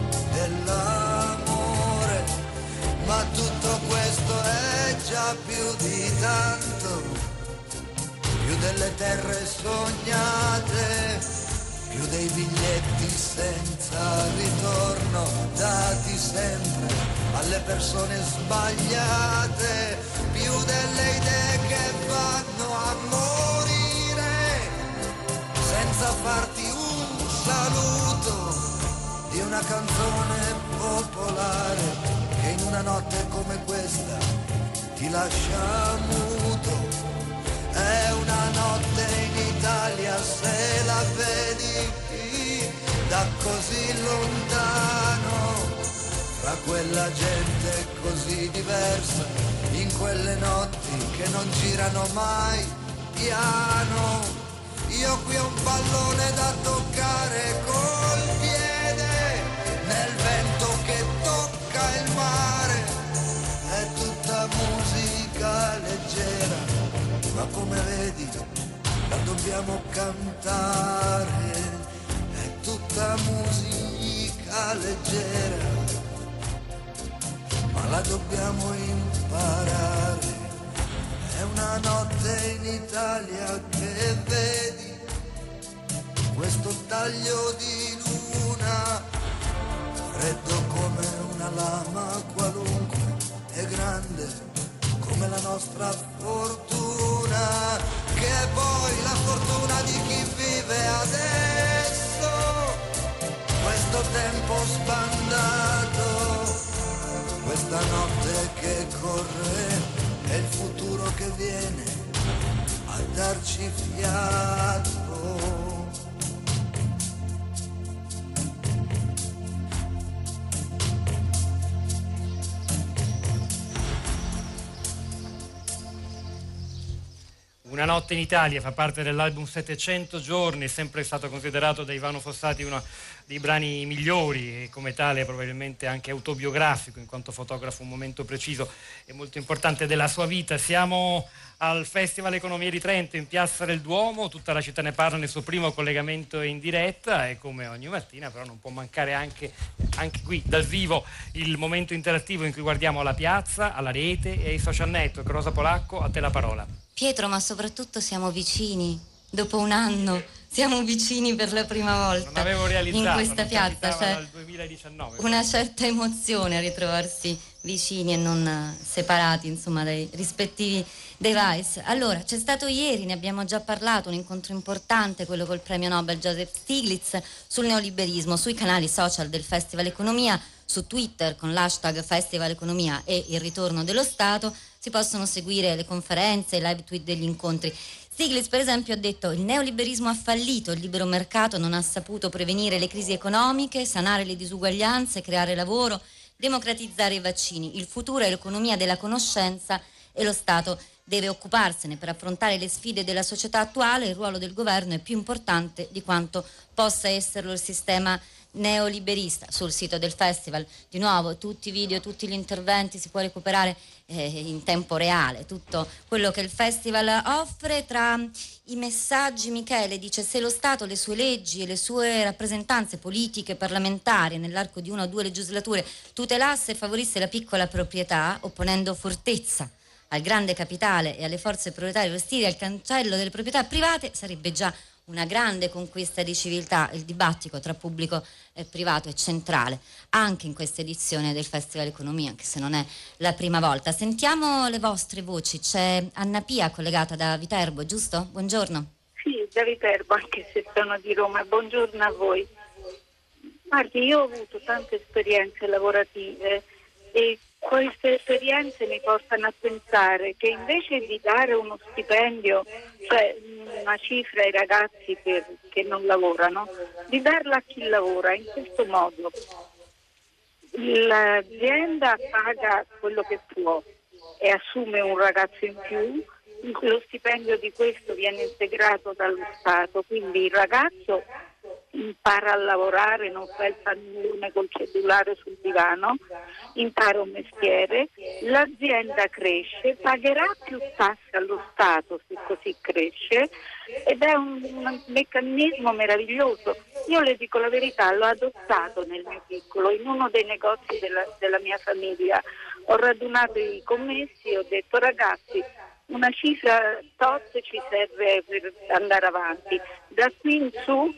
dell'amore, ma tutto questo è già più di tanto, più delle terre sognate, più dei biglietti senza ritorno dati sempre alle persone sbagliate, più delle idee che vanno a morire senza farti un saluto di una canzone popolare che in una notte come questa ti lascia muto. È una notte in Italia se la vedi da così lontano, fra quella gente così diversa, in quelle notti che non girano mai piano. Io qui ho un pallone da toccare col piede, nel vento che tocca il mare, è tutta musica leggera, ma come vedi la dobbiamo cantare, è tutta musica leggera, ma la dobbiamo imparare. È una notte in Italia che vedi questo taglio di luna, freddo come una lama qualunque e grande come la nostra fortuna, che è poi la fortuna di chi vive adesso questo tempo sbandato, questa notte che corre e il futuro che viene a darci fiato. Una notte in Italia fa parte dell'album settecento giorni, è sempre stato considerato da Ivano Fossati uno dei brani migliori e come tale probabilmente anche autobiografico, in quanto fotografa un momento preciso e molto importante della sua vita. Siamo al Festival Economia di Trento in Piazza del Duomo, tutta la città ne parla nel suo primo collegamento in diretta e come ogni mattina però non può mancare anche, anche qui dal vivo il momento interattivo in cui guardiamo alla piazza, alla rete e ai social network. Rosa Polacco, a te la parola. Pietro, ma soprattutto siamo vicini, dopo un anno siamo vicini per la prima volta. Non avevo realizzato, in questa piazza, cioè dal duemiladiciannove. Una certa emozione a ritrovarsi vicini e non separati, insomma, dai rispettivi device. Allora, c'è stato ieri, ne abbiamo già parlato, un incontro importante, quello col premio Nobel Joseph Stiglitz, sul neoliberismo, sui canali social del Festival Economia, su Twitter con l'hashtag Festival Economia e il ritorno dello Stato. Si possono seguire le conferenze, i live tweet degli incontri. Stiglitz, per esempio, ha detto: il neoliberismo ha fallito, il libero mercato non ha saputo prevenire le crisi economiche, sanare le disuguaglianze, creare lavoro. democratizzare i vaccini. Il futuro è l'economia della conoscenza e lo Stato deve occuparsene. Per affrontare le sfide della società attuale il ruolo del governo è più importante di quanto possa esserlo il sistema neoliberista. Sul sito del festival di nuovo tutti i video, tutti gli interventi, si può recuperare eh, in tempo reale tutto quello che il festival offre. Tra i messaggi Michele dice: se lo Stato, le sue leggi e le sue rappresentanze politiche parlamentari nell'arco di una o due legislature tutelasse e favorisse la piccola proprietà, opponendo fortezza al grande capitale e alle forze proletarie ostili al cancello delle proprietà private, sarebbe già una grande conquista di civiltà. Il dibattito tra pubblico e privato è centrale anche in questa edizione del Festival Economia, anche se non è la prima volta. Sentiamo le vostre voci. C'è Anna Pia collegata da Viterbo, giusto? Buongiorno. Sì, da Viterbo, anche se sono di Roma. Buongiorno a voi. Guardi, io ho avuto tante esperienze lavorative e queste esperienze mi portano a pensare che invece di dare uno stipendio, cioè una cifra ai ragazzi per, che non lavorano, di darla a chi lavora in questo modo. L'azienda paga quello che può e assume un ragazzo in più, lo stipendio di questo viene integrato dallo Stato, quindi il ragazzo impara a lavorare, non fa il pannolone col cellulare sul divano, impara un mestiere, l'azienda cresce, pagherà più tasse allo Stato se così cresce, ed è un, un meccanismo meraviglioso. Io le dico la verità, l'ho adottato nel mio piccolo, in uno dei negozi della, della mia famiglia. Ho radunato i commessi e ho detto: ragazzi, una cifra tot ci serve per andare avanti, da qui in su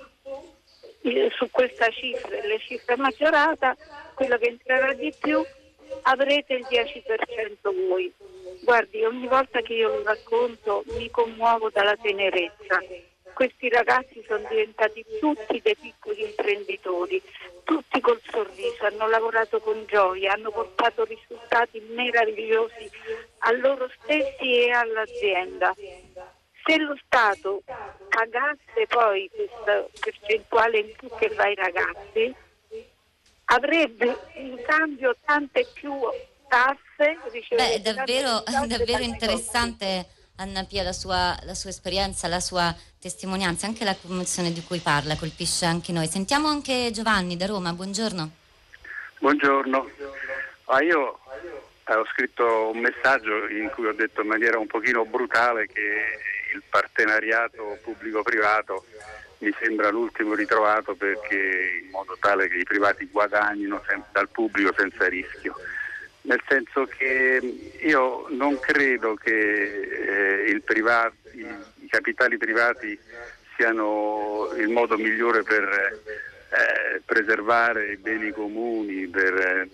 su questa cifra, le cifre maggiorata, quello che entrerà di più avrete il dieci per cento voi. Guardi, ogni volta che io lo racconto mi commuovo dalla tenerezza. Questi ragazzi sono diventati tutti dei piccoli imprenditori, tutti col sorriso, hanno lavorato con gioia, hanno portato risultati meravigliosi a loro stessi e all'azienda. Se lo Stato pagasse poi questa percentuale in più che va ai ragazzi, avrebbe in cambio tante più tasse. Beh, è davvero, tasse davvero interessante, Anna Pia, la sua, la sua esperienza, la sua testimonianza, anche la commozione di cui parla colpisce anche noi. Sentiamo anche Giovanni da Roma, buongiorno. Buongiorno, ah, io ho scritto un messaggio in cui ho detto in maniera un pochino brutale che il partenariato pubblico-privato mi sembra l'ultimo ritrovato, perché in modo tale che i privati guadagnino dal pubblico senza rischio. Nel senso che io non credo che eh, il privato, i, i capitali privati siano il modo migliore per eh, preservare i beni comuni, per eh,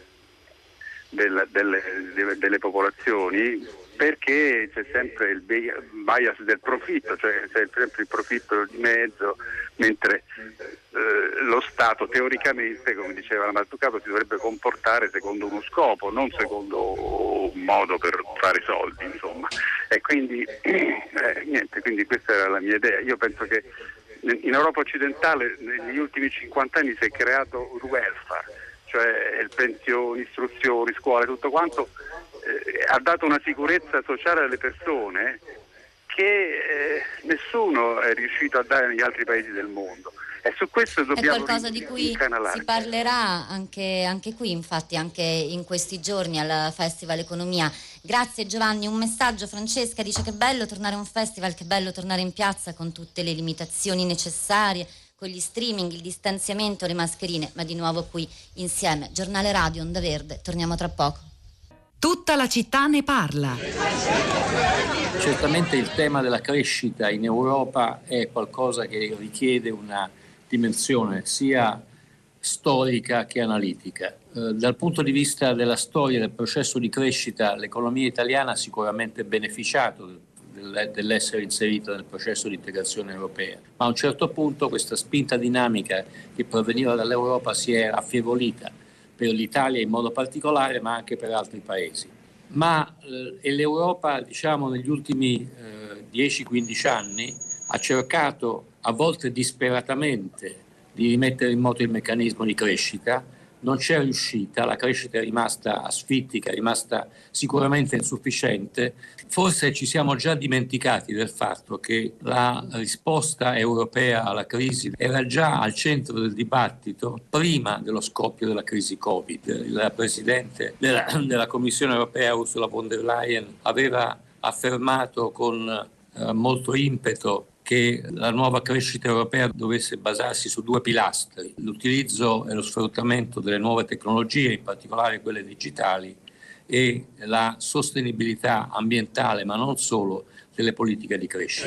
del, delle, delle, delle popolazioni, perché c'è sempre il bias del profitto, cioè c'è sempre il profitto di mezzo, mentre eh, lo Stato teoricamente, come diceva la Mazzucato, si dovrebbe comportare secondo uno scopo, non secondo un modo per fare soldi, insomma. E quindi eh, niente, quindi questa era la mia idea. Io penso che in Europa occidentale negli ultimi cinquanta anni si è creato il welfare, cioè pensioni, istruzioni, scuole, tutto quanto. Eh, ha dato una sicurezza sociale alle persone che eh, nessuno è riuscito a dare negli altri paesi del mondo, e su questo dobbiamo è qualcosa di cui incanalare. Si parlerà anche, anche qui, infatti, anche in questi giorni al Festival Economia. Grazie Giovanni. Un messaggio, Francesca dice: che bello tornare a un festival, che bello tornare in piazza con tutte le limitazioni necessarie, con gli streaming, il distanziamento, le mascherine, ma di nuovo qui insieme. Giornale Radio Onda Verde, torniamo tra poco. Tutta la città ne parla. Certamente il tema della crescita in Europa è qualcosa che richiede una dimensione sia storica che analitica. Eh, dal punto di vista della storia del processo di crescita, l'economia italiana ha sicuramente beneficiato del, dell'essere inserita nel processo di integrazione europea, ma a un certo punto questa spinta dinamica che proveniva dall'Europa si è affievolita, per l'Italia in modo particolare, ma anche per altri paesi. Ma eh, e l'Europa, diciamo, negli ultimi eh, dieci quindici anni ha cercato, a volte disperatamente, di rimettere in moto il meccanismo di crescita, non c'è riuscita, la crescita è rimasta asfittica, è rimasta sicuramente insufficiente. Forse ci siamo già dimenticati del fatto che la risposta europea alla crisi era già al centro del dibattito prima dello scoppio della crisi Covid. Il Presidente della, della Commissione europea, Ursula von der Leyen, aveva affermato con eh, molto impeto che la nuova crescita europea dovesse basarsi su due pilastri: l'utilizzo e lo sfruttamento delle nuove tecnologie, in particolare quelle digitali, e la sostenibilità ambientale, ma non solo, delle politiche di crescita.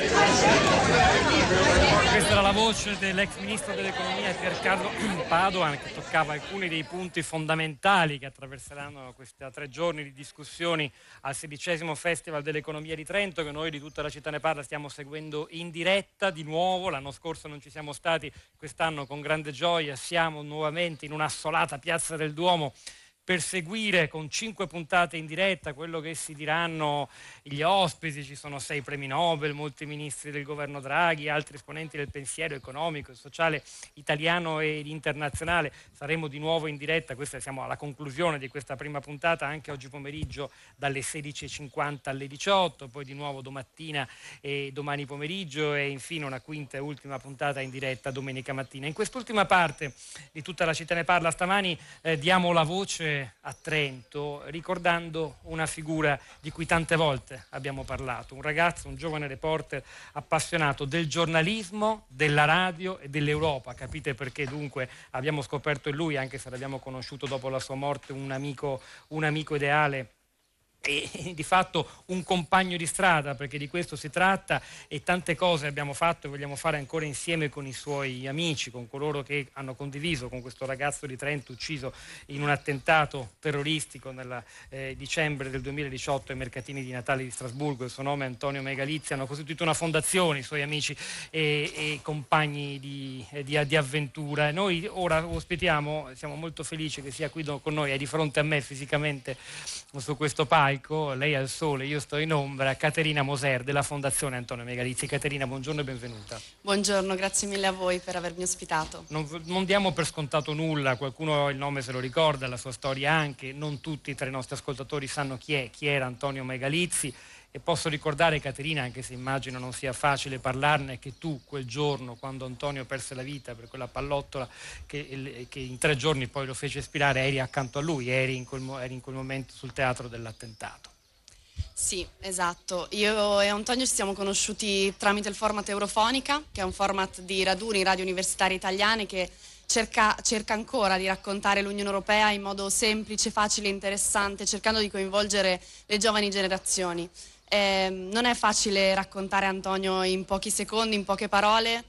Questa era la voce dell'ex ministro dell'economia Piercarlo Padoan, che toccava alcuni dei punti fondamentali che attraverseranno questi tre giorni di discussioni al sedicesimo Festival dell'Economia di Trento, che noi di Tutta la città ne parla stiamo seguendo in diretta di nuovo. L'anno scorso non ci siamo stati, quest'anno con grande gioia siamo nuovamente in un'assolata Piazza del Duomo per seguire con cinque puntate in diretta quello che si diranno gli ospiti. Ci sono sei premi Nobel, molti ministri del governo Draghi, altri esponenti del pensiero economico e sociale italiano ed internazionale. Saremo di nuovo in diretta, questa siamo alla conclusione di questa prima puntata, anche oggi pomeriggio dalle sedici e cinquanta alle diciotto, poi di nuovo domattina e domani pomeriggio, e infine una quinta e ultima puntata in diretta domenica mattina. In quest'ultima parte di Tutta la città ne parla stamani eh, diamo la voce a Trento, ricordando una figura di cui tante volte abbiamo parlato, un ragazzo, un giovane reporter appassionato del giornalismo, della radio e dell'Europa. Capite perché dunque abbiamo scoperto in lui, anche se l'abbiamo conosciuto dopo la sua morte, un amico, un amico ideale e di fatto un compagno di strada, perché di questo si tratta, e tante cose abbiamo fatto e vogliamo fare ancora insieme con i suoi amici, con coloro che hanno condiviso con questo ragazzo di Trento ucciso in un attentato terroristico nel eh, dicembre del duemiladiciotto ai mercatini di Natale di Strasburgo. Il suo nome è Antonio Megalizzi. Hanno costituito una fondazione i suoi amici e, e compagni di, di, di avventura. Noi ora ospitiamo, siamo molto felici che sia qui con noi, è di fronte a me fisicamente su questo palco, lei al sole, io sto in ombra, Caterina Moser della Fondazione Antonio Megalizzi. Caterina, buongiorno e benvenuta. Buongiorno, grazie mille a voi per avermi ospitato. Non, non diamo per scontato nulla, qualcuno il nome se lo ricorda, la sua storia anche, non tutti tra i nostri ascoltatori sanno chi è, chi era Antonio Megalizzi, e posso ricordare, Caterina, anche se immagino non sia facile parlarne, che tu quel giorno, quando Antonio perse la vita per quella pallottola che, che in tre giorni poi lo fece spirare, eri accanto a lui, eri in quel, eri in quel momento sul teatro dell'attentato. Sì, esatto. Io e Antonio ci siamo conosciuti tramite il format Eurofonica, che è un format di raduni radio universitarie italiane che cerca, cerca ancora di raccontare l'Unione Europea in modo semplice, facile e interessante, cercando di coinvolgere le giovani generazioni. Eh, non è facile raccontare Antonio in pochi secondi, in poche parole,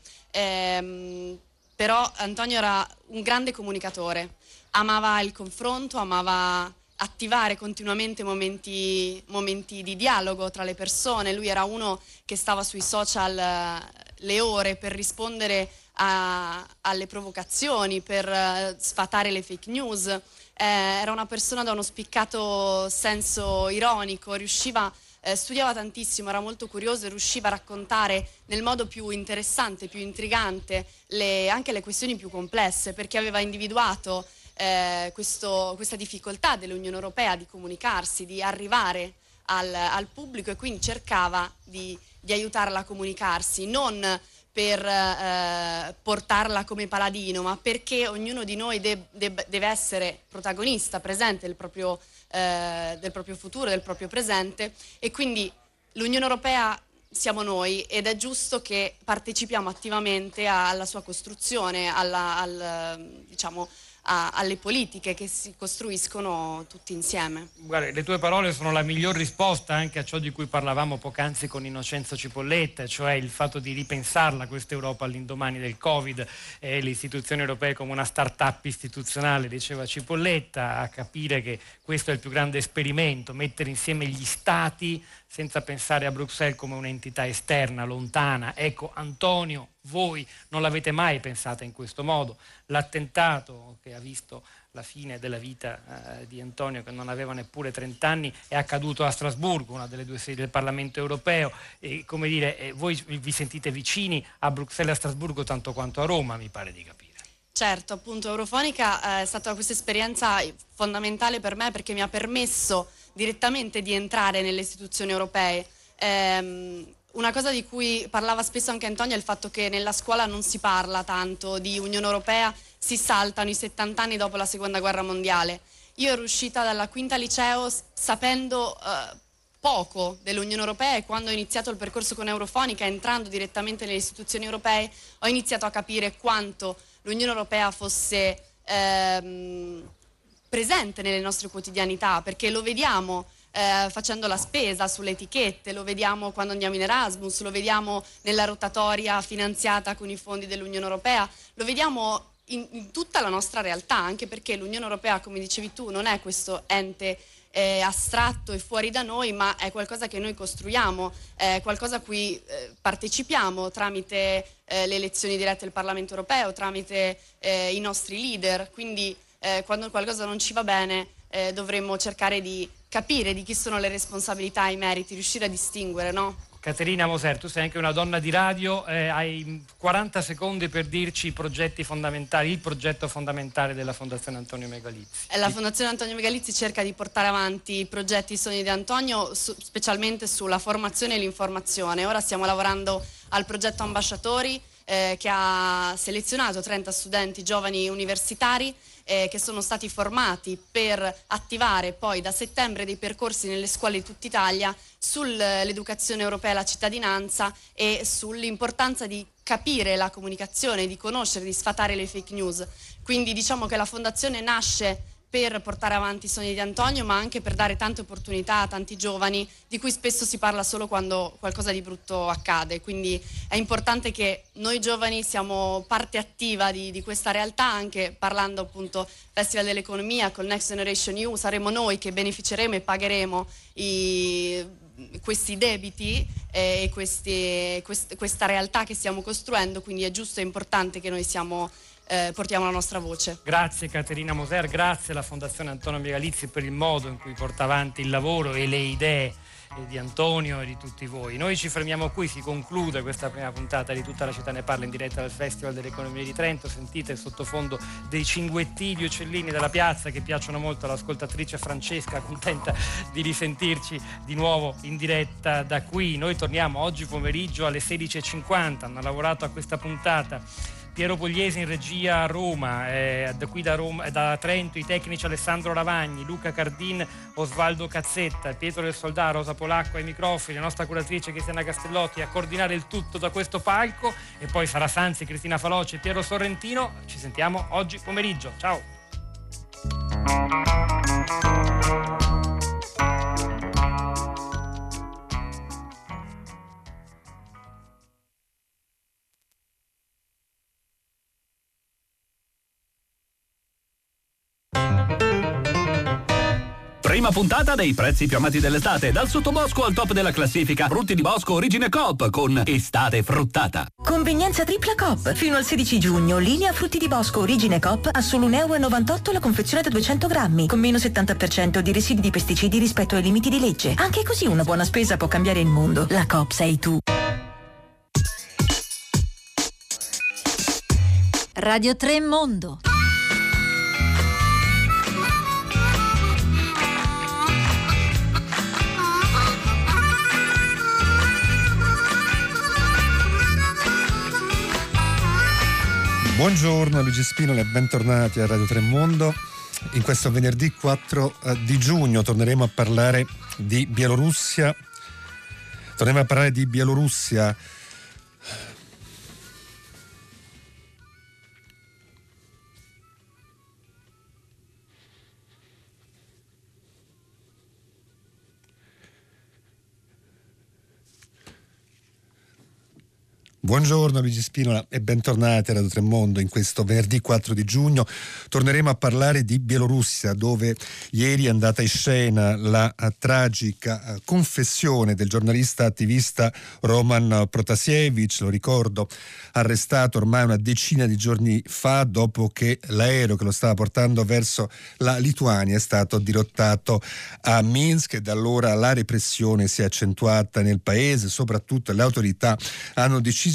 ehm, però Antonio era un grande comunicatore, amava il confronto, amava attivare continuamente momenti, momenti di dialogo tra le persone. Lui era uno che stava sui social le ore per rispondere a, alle provocazioni, per sfatare le fake news. Eh, era una persona da uno spiccato senso ironico, riusciva Eh, studiava tantissimo, era molto curioso e riusciva a raccontare nel modo più interessante, più intrigante le, anche le questioni più complesse, perché aveva individuato eh, questo, questa difficoltà dell'Unione Europea di comunicarsi, di arrivare al, al pubblico, e quindi cercava di, di aiutarla a comunicarsi, non per eh, portarla come paladino, ma perché ognuno di noi de- de- deve essere protagonista, presente del proprio Eh, del proprio futuro, del proprio presente, e quindi l'Unione Europea siamo noi ed è giusto che partecipiamo attivamente alla sua costruzione, alla, al, diciamo, a, alle politiche che si costruiscono tutti insieme. Guarda, le tue parole sono la miglior risposta anche a ciò di cui parlavamo poc'anzi con Innocenzo Cipolletta, cioè il fatto di ripensarla questa Europa all'indomani del Covid, e le istituzioni europee come una start-up istituzionale, diceva Cipolletta, a capire che questo è il più grande esperimento, mettere insieme gli stati senza pensare a Bruxelles come un'entità esterna, lontana. Ecco, Antonio, voi non l'avete mai pensata in questo modo. L'attentato che ha visto la fine della vita eh, di Antonio, che non aveva neppure trenta anni, è accaduto a Strasburgo, una delle due sedi del Parlamento europeo, e come dire, eh, voi vi sentite vicini a Bruxelles e a Strasburgo tanto quanto a Roma, mi pare di capire. Certo, appunto Eurofonica è stata questa esperienza fondamentale per me perché mi ha permesso direttamente di entrare nelle istituzioni europee. Ehm, una cosa di cui parlava spesso anche Antonio è il fatto che nella scuola non si parla tanto di Unione Europea, si saltano i settanta anni dopo la Seconda Guerra Mondiale. Io ero uscita dalla quinta liceo sapendo eh, poco dell'Unione Europea e quando ho iniziato il percorso con Eurofonica, entrando direttamente nelle istituzioni europee, ho iniziato a capire quanto l'Unione Europea fosse ehm, presente nelle nostre quotidianità, perché lo vediamo eh, facendo la spesa sulle etichette, lo vediamo quando andiamo in Erasmus, lo vediamo nella rotatoria finanziata con i fondi dell'Unione Europea, lo vediamo in, in tutta la nostra realtà, anche perché l'Unione Europea, come dicevi tu, non è questo ente eh, astratto e fuori da noi, ma è qualcosa che noi costruiamo, è qualcosa a cui eh, partecipiamo tramite eh, le elezioni dirette del Parlamento Europeo, tramite eh, i nostri leader, quindi eh, quando qualcosa non ci va bene eh, dovremmo cercare di capire di chi sono le responsabilità e i meriti, riuscire a distinguere, no? Caterina Moser, tu sei anche una donna di radio, eh, hai quaranta secondi per dirci i progetti fondamentali, il progetto fondamentale della Fondazione Antonio Megalizzi. La Fondazione Antonio Megalizzi cerca di portare avanti i progetti Sogni di Antonio, su, specialmente sulla formazione e l'informazione. Ora stiamo lavorando al progetto Ambasciatori, eh, che ha selezionato trenta studenti giovani universitari eh, che sono stati formati per attivare poi da settembre dei percorsi nelle scuole di tutta Italia sull'educazione europea e la cittadinanza e sull'importanza di capire la comunicazione, di conoscere, di sfatare le fake news. Quindi diciamo che la Fondazione nasce per portare avanti i sogni di Antonio, ma anche per dare tante opportunità a tanti giovani di cui spesso si parla solo quando qualcosa di brutto accade. Quindi è importante che noi giovani siamo parte attiva di, di questa realtà, anche parlando appunto Festival dell'Economia con Next Generation E U, saremo noi che beneficeremo e pagheremo i, questi debiti e questi, quest, questa realtà che stiamo costruendo, quindi è giusto e importante che noi siamo Eh, portiamo la nostra voce. Grazie Caterina Moser, grazie alla Fondazione Antonio Megalizzi per il modo in cui porta avanti il lavoro e le idee di Antonio e di tutti voi. Noi ci fermiamo qui, si conclude questa prima puntata di Tutta la città ne parla in diretta dal Festival dell'Economia di Trento. Sentite il sottofondo dei cinguetti, gli uccellini della piazza che piacciono molto all'ascoltatrice Francesca, contenta di risentirci di nuovo in diretta da qui. Noi torniamo oggi pomeriggio alle sedici e cinquanta, hanno lavorato a questa puntata Piero Pugliesi in regia a Roma, eh, da qui da, Roma, da Trento i tecnici Alessandro Ravagni, Luca Cardin, Osvaldo Cazzetta, Pietro del Soldà, Rosa Polacco ai microfoni, la nostra curatrice Cristiana Castellotti a coordinare il tutto da questo palco, e poi Sara Sanzi, Cristina Faloci e Piero Sorrentino. Ci sentiamo oggi pomeriggio. Ciao. Prima puntata dei prezzi più amati dell'estate, dal sottobosco al top della classifica. Frutti di bosco Origine Coop con Estate fruttata. Convenienza tripla Coop. Fino al sedici giugno, linea frutti di bosco Origine Coop a solo un euro e novantotto la confezione da duecento grammi, con meno settanta per cento di residui di pesticidi rispetto ai limiti di legge. Anche così una buona spesa può cambiare il mondo. La Coop sei tu. Radio tre Mondo. Buongiorno Luigi Spinola e bentornati a Radio tre Mondo. In questo venerdì quattro di giugno torneremo a parlare di Bielorussia. Torneremo a parlare di Bielorussia. Buongiorno Luigi Spinola e bentornati a Radio tre Mondo. In questo venerdì quattro di giugno torneremo a parlare di Bielorussia, dove ieri è andata in scena la uh, tragica uh, confessione del giornalista attivista Roman Protasiewicz, lo ricordo, arrestato ormai una decina di giorni fa dopo che l'aereo che lo stava portando verso la Lituania è stato dirottato a Minsk, e da allora la repressione si è accentuata nel paese. Soprattutto le autorità hanno deciso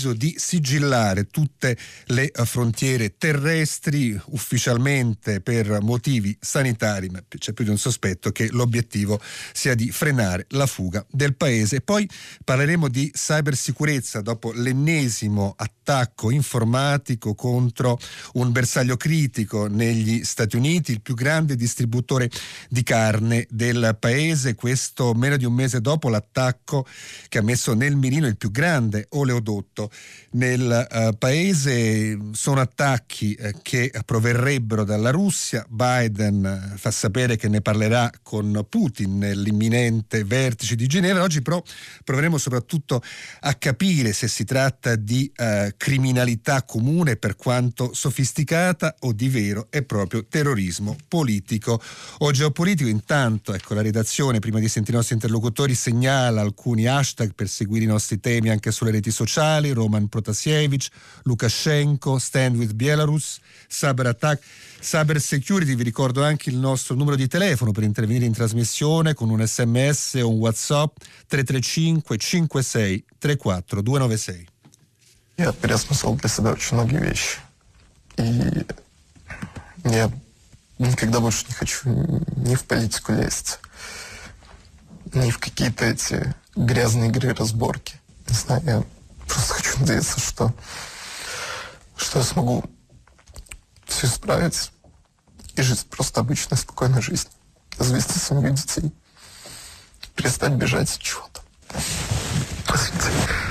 deciso di sigillare tutte le frontiere terrestri ufficialmente per motivi sanitari, ma c'è più di un sospetto che l'obiettivo sia di frenare la fuga del paese. Poi parleremo di cybersicurezza dopo l'ennesimo attacco informatico contro un bersaglio critico negli Stati Uniti, il più grande distributore di carne del paese, questo meno di un mese dopo l'attacco che ha messo nel mirino il più grande oleodotto nel uh, paese. Sono attacchi uh, che proverrebbero dalla Russia. Biden uh, fa sapere che ne parlerà con Putin nell'imminente vertice di Ginevra. Oggi però proveremo soprattutto a capire se si tratta di uh, criminalità comune per quanto sofisticata o di vero e proprio terrorismo politico o geopolitico. Intanto ecco, la redazione, prima di sentire i nostri interlocutori, segnala alcuni hashtag per seguire i nostri temi anche sulle reti sociali: Roman Protasiewicz, Lukashenko, Stand with Belarus, Cyber Attack, Cyber Security. Vi ricordo anche il nostro numero di telefono per intervenire in trasmissione con un sms o un WhatsApp: tre tre cinque cinque sei tre quattro due nove sei. Я переосмыслил для себя очень многие вещи. И я никогда больше не хочу ни в политику лезть, ни в какие-то эти грязные игры, разборки. Не знаю, я просто хочу надеяться, что, что я смогу все исправить и жить просто обычной, спокойной жизнью. Завести семью, детей. Перестать бежать от чего-то. Извините.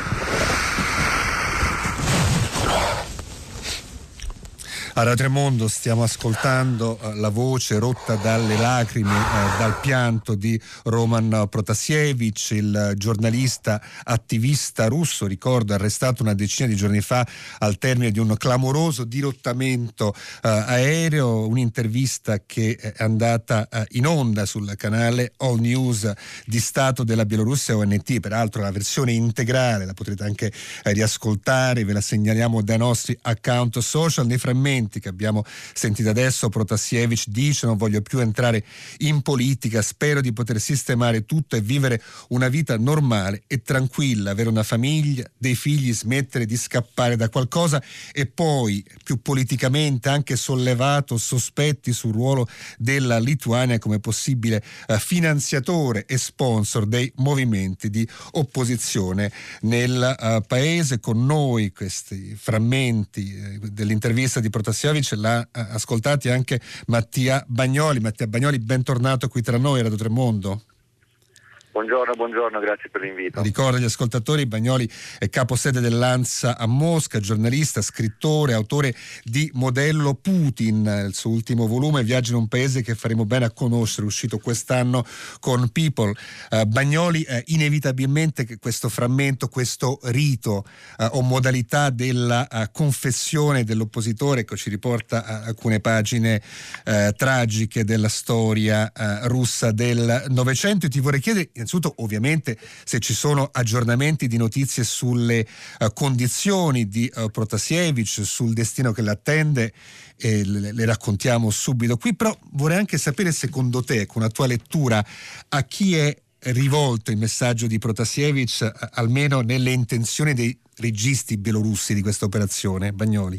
A Radio Tremondo stiamo ascoltando uh, la voce rotta dalle lacrime, uh, dal pianto di Roman Protasiewicz, il giornalista attivista russo, ricordo, arrestato una decina di giorni fa al termine di un clamoroso dirottamento uh, aereo, un'intervista che è andata uh, in onda sul canale All News di Stato della Bielorussia O N T. Peraltro la versione integrale la potrete anche uh, riascoltare, ve la segnaliamo dai nostri account social. Nei frammenti che abbiamo sentito adesso, Protasiewicz dice: non voglio più entrare in politica, spero di poter sistemare tutto e vivere una vita normale e tranquilla, avere una famiglia, dei figli, smettere di scappare da qualcosa. E poi più politicamente anche sollevato sospetti sul ruolo della Lituania come possibile eh, finanziatore e sponsor dei movimenti di opposizione nel uh, paese. Con noi questi frammenti eh, dell'intervista di Protasiewicz l'ha ascoltati anche Mattia Bagnoli. Mattia Bagnoli, bentornato qui tra noi a Radio Tremondo. Buongiorno, buongiorno, grazie per l'invito. Ricordo agli ascoltatori, Bagnoli è caposede dell'Ansa a Mosca, giornalista, scrittore, autore di Modello Putin, il suo ultimo volume, Viaggio in un paese che faremo bene a conoscere, uscito quest'anno con People. Uh, Bagnoli, uh, inevitabilmente questo frammento, questo rito uh, o modalità della uh, confessione dell'oppositore, ecco, ci riporta a alcune pagine uh, tragiche della storia uh, russa del Novecento. E ti vorrei chiedere innanzitutto, ovviamente, se ci sono aggiornamenti di notizie sulle uh, condizioni di uh, Protasiewicz, sul destino che l'attende, e le, le raccontiamo subito qui. Però vorrei anche sapere, secondo te, con la tua lettura, a chi è rivolto il messaggio di Protasiewicz, uh, almeno nelle intenzioni dei registi bielorussi di questa operazione, Bagnoli?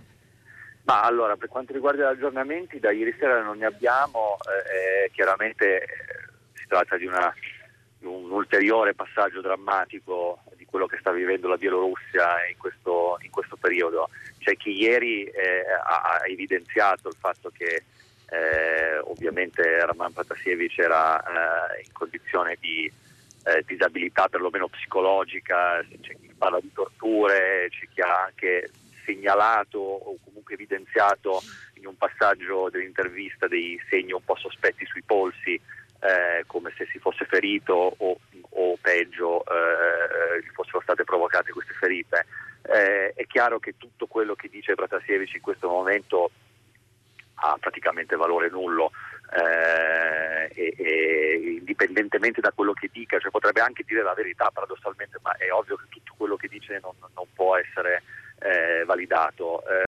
Ma allora, per quanto riguarda gli aggiornamenti, da ieri sera non ne abbiamo, eh, chiaramente eh, si tratta di una un ulteriore passaggio drammatico di quello che sta vivendo la Bielorussia in questo, in questo periodo. C'è chi ieri eh, ha evidenziato il fatto che eh, ovviamente Roman Protasiewicz era eh, in condizione di eh, disabilità perlomeno psicologica, c'è chi parla di torture, c'è chi ha anche segnalato o comunque evidenziato in un passaggio dell'intervista dei segni un po' sospetti sui polsi, Eh, come se si fosse ferito o, o peggio eh, gli fossero state provocate queste ferite. Eh, è chiaro che tutto quello che dice Protasiewicz in questo momento ha praticamente valore nullo, eh, e, e indipendentemente da quello che dica, cioè potrebbe anche dire la verità paradossalmente, ma è ovvio che tutto quello che dice non, non può essere eh, validato. Eh,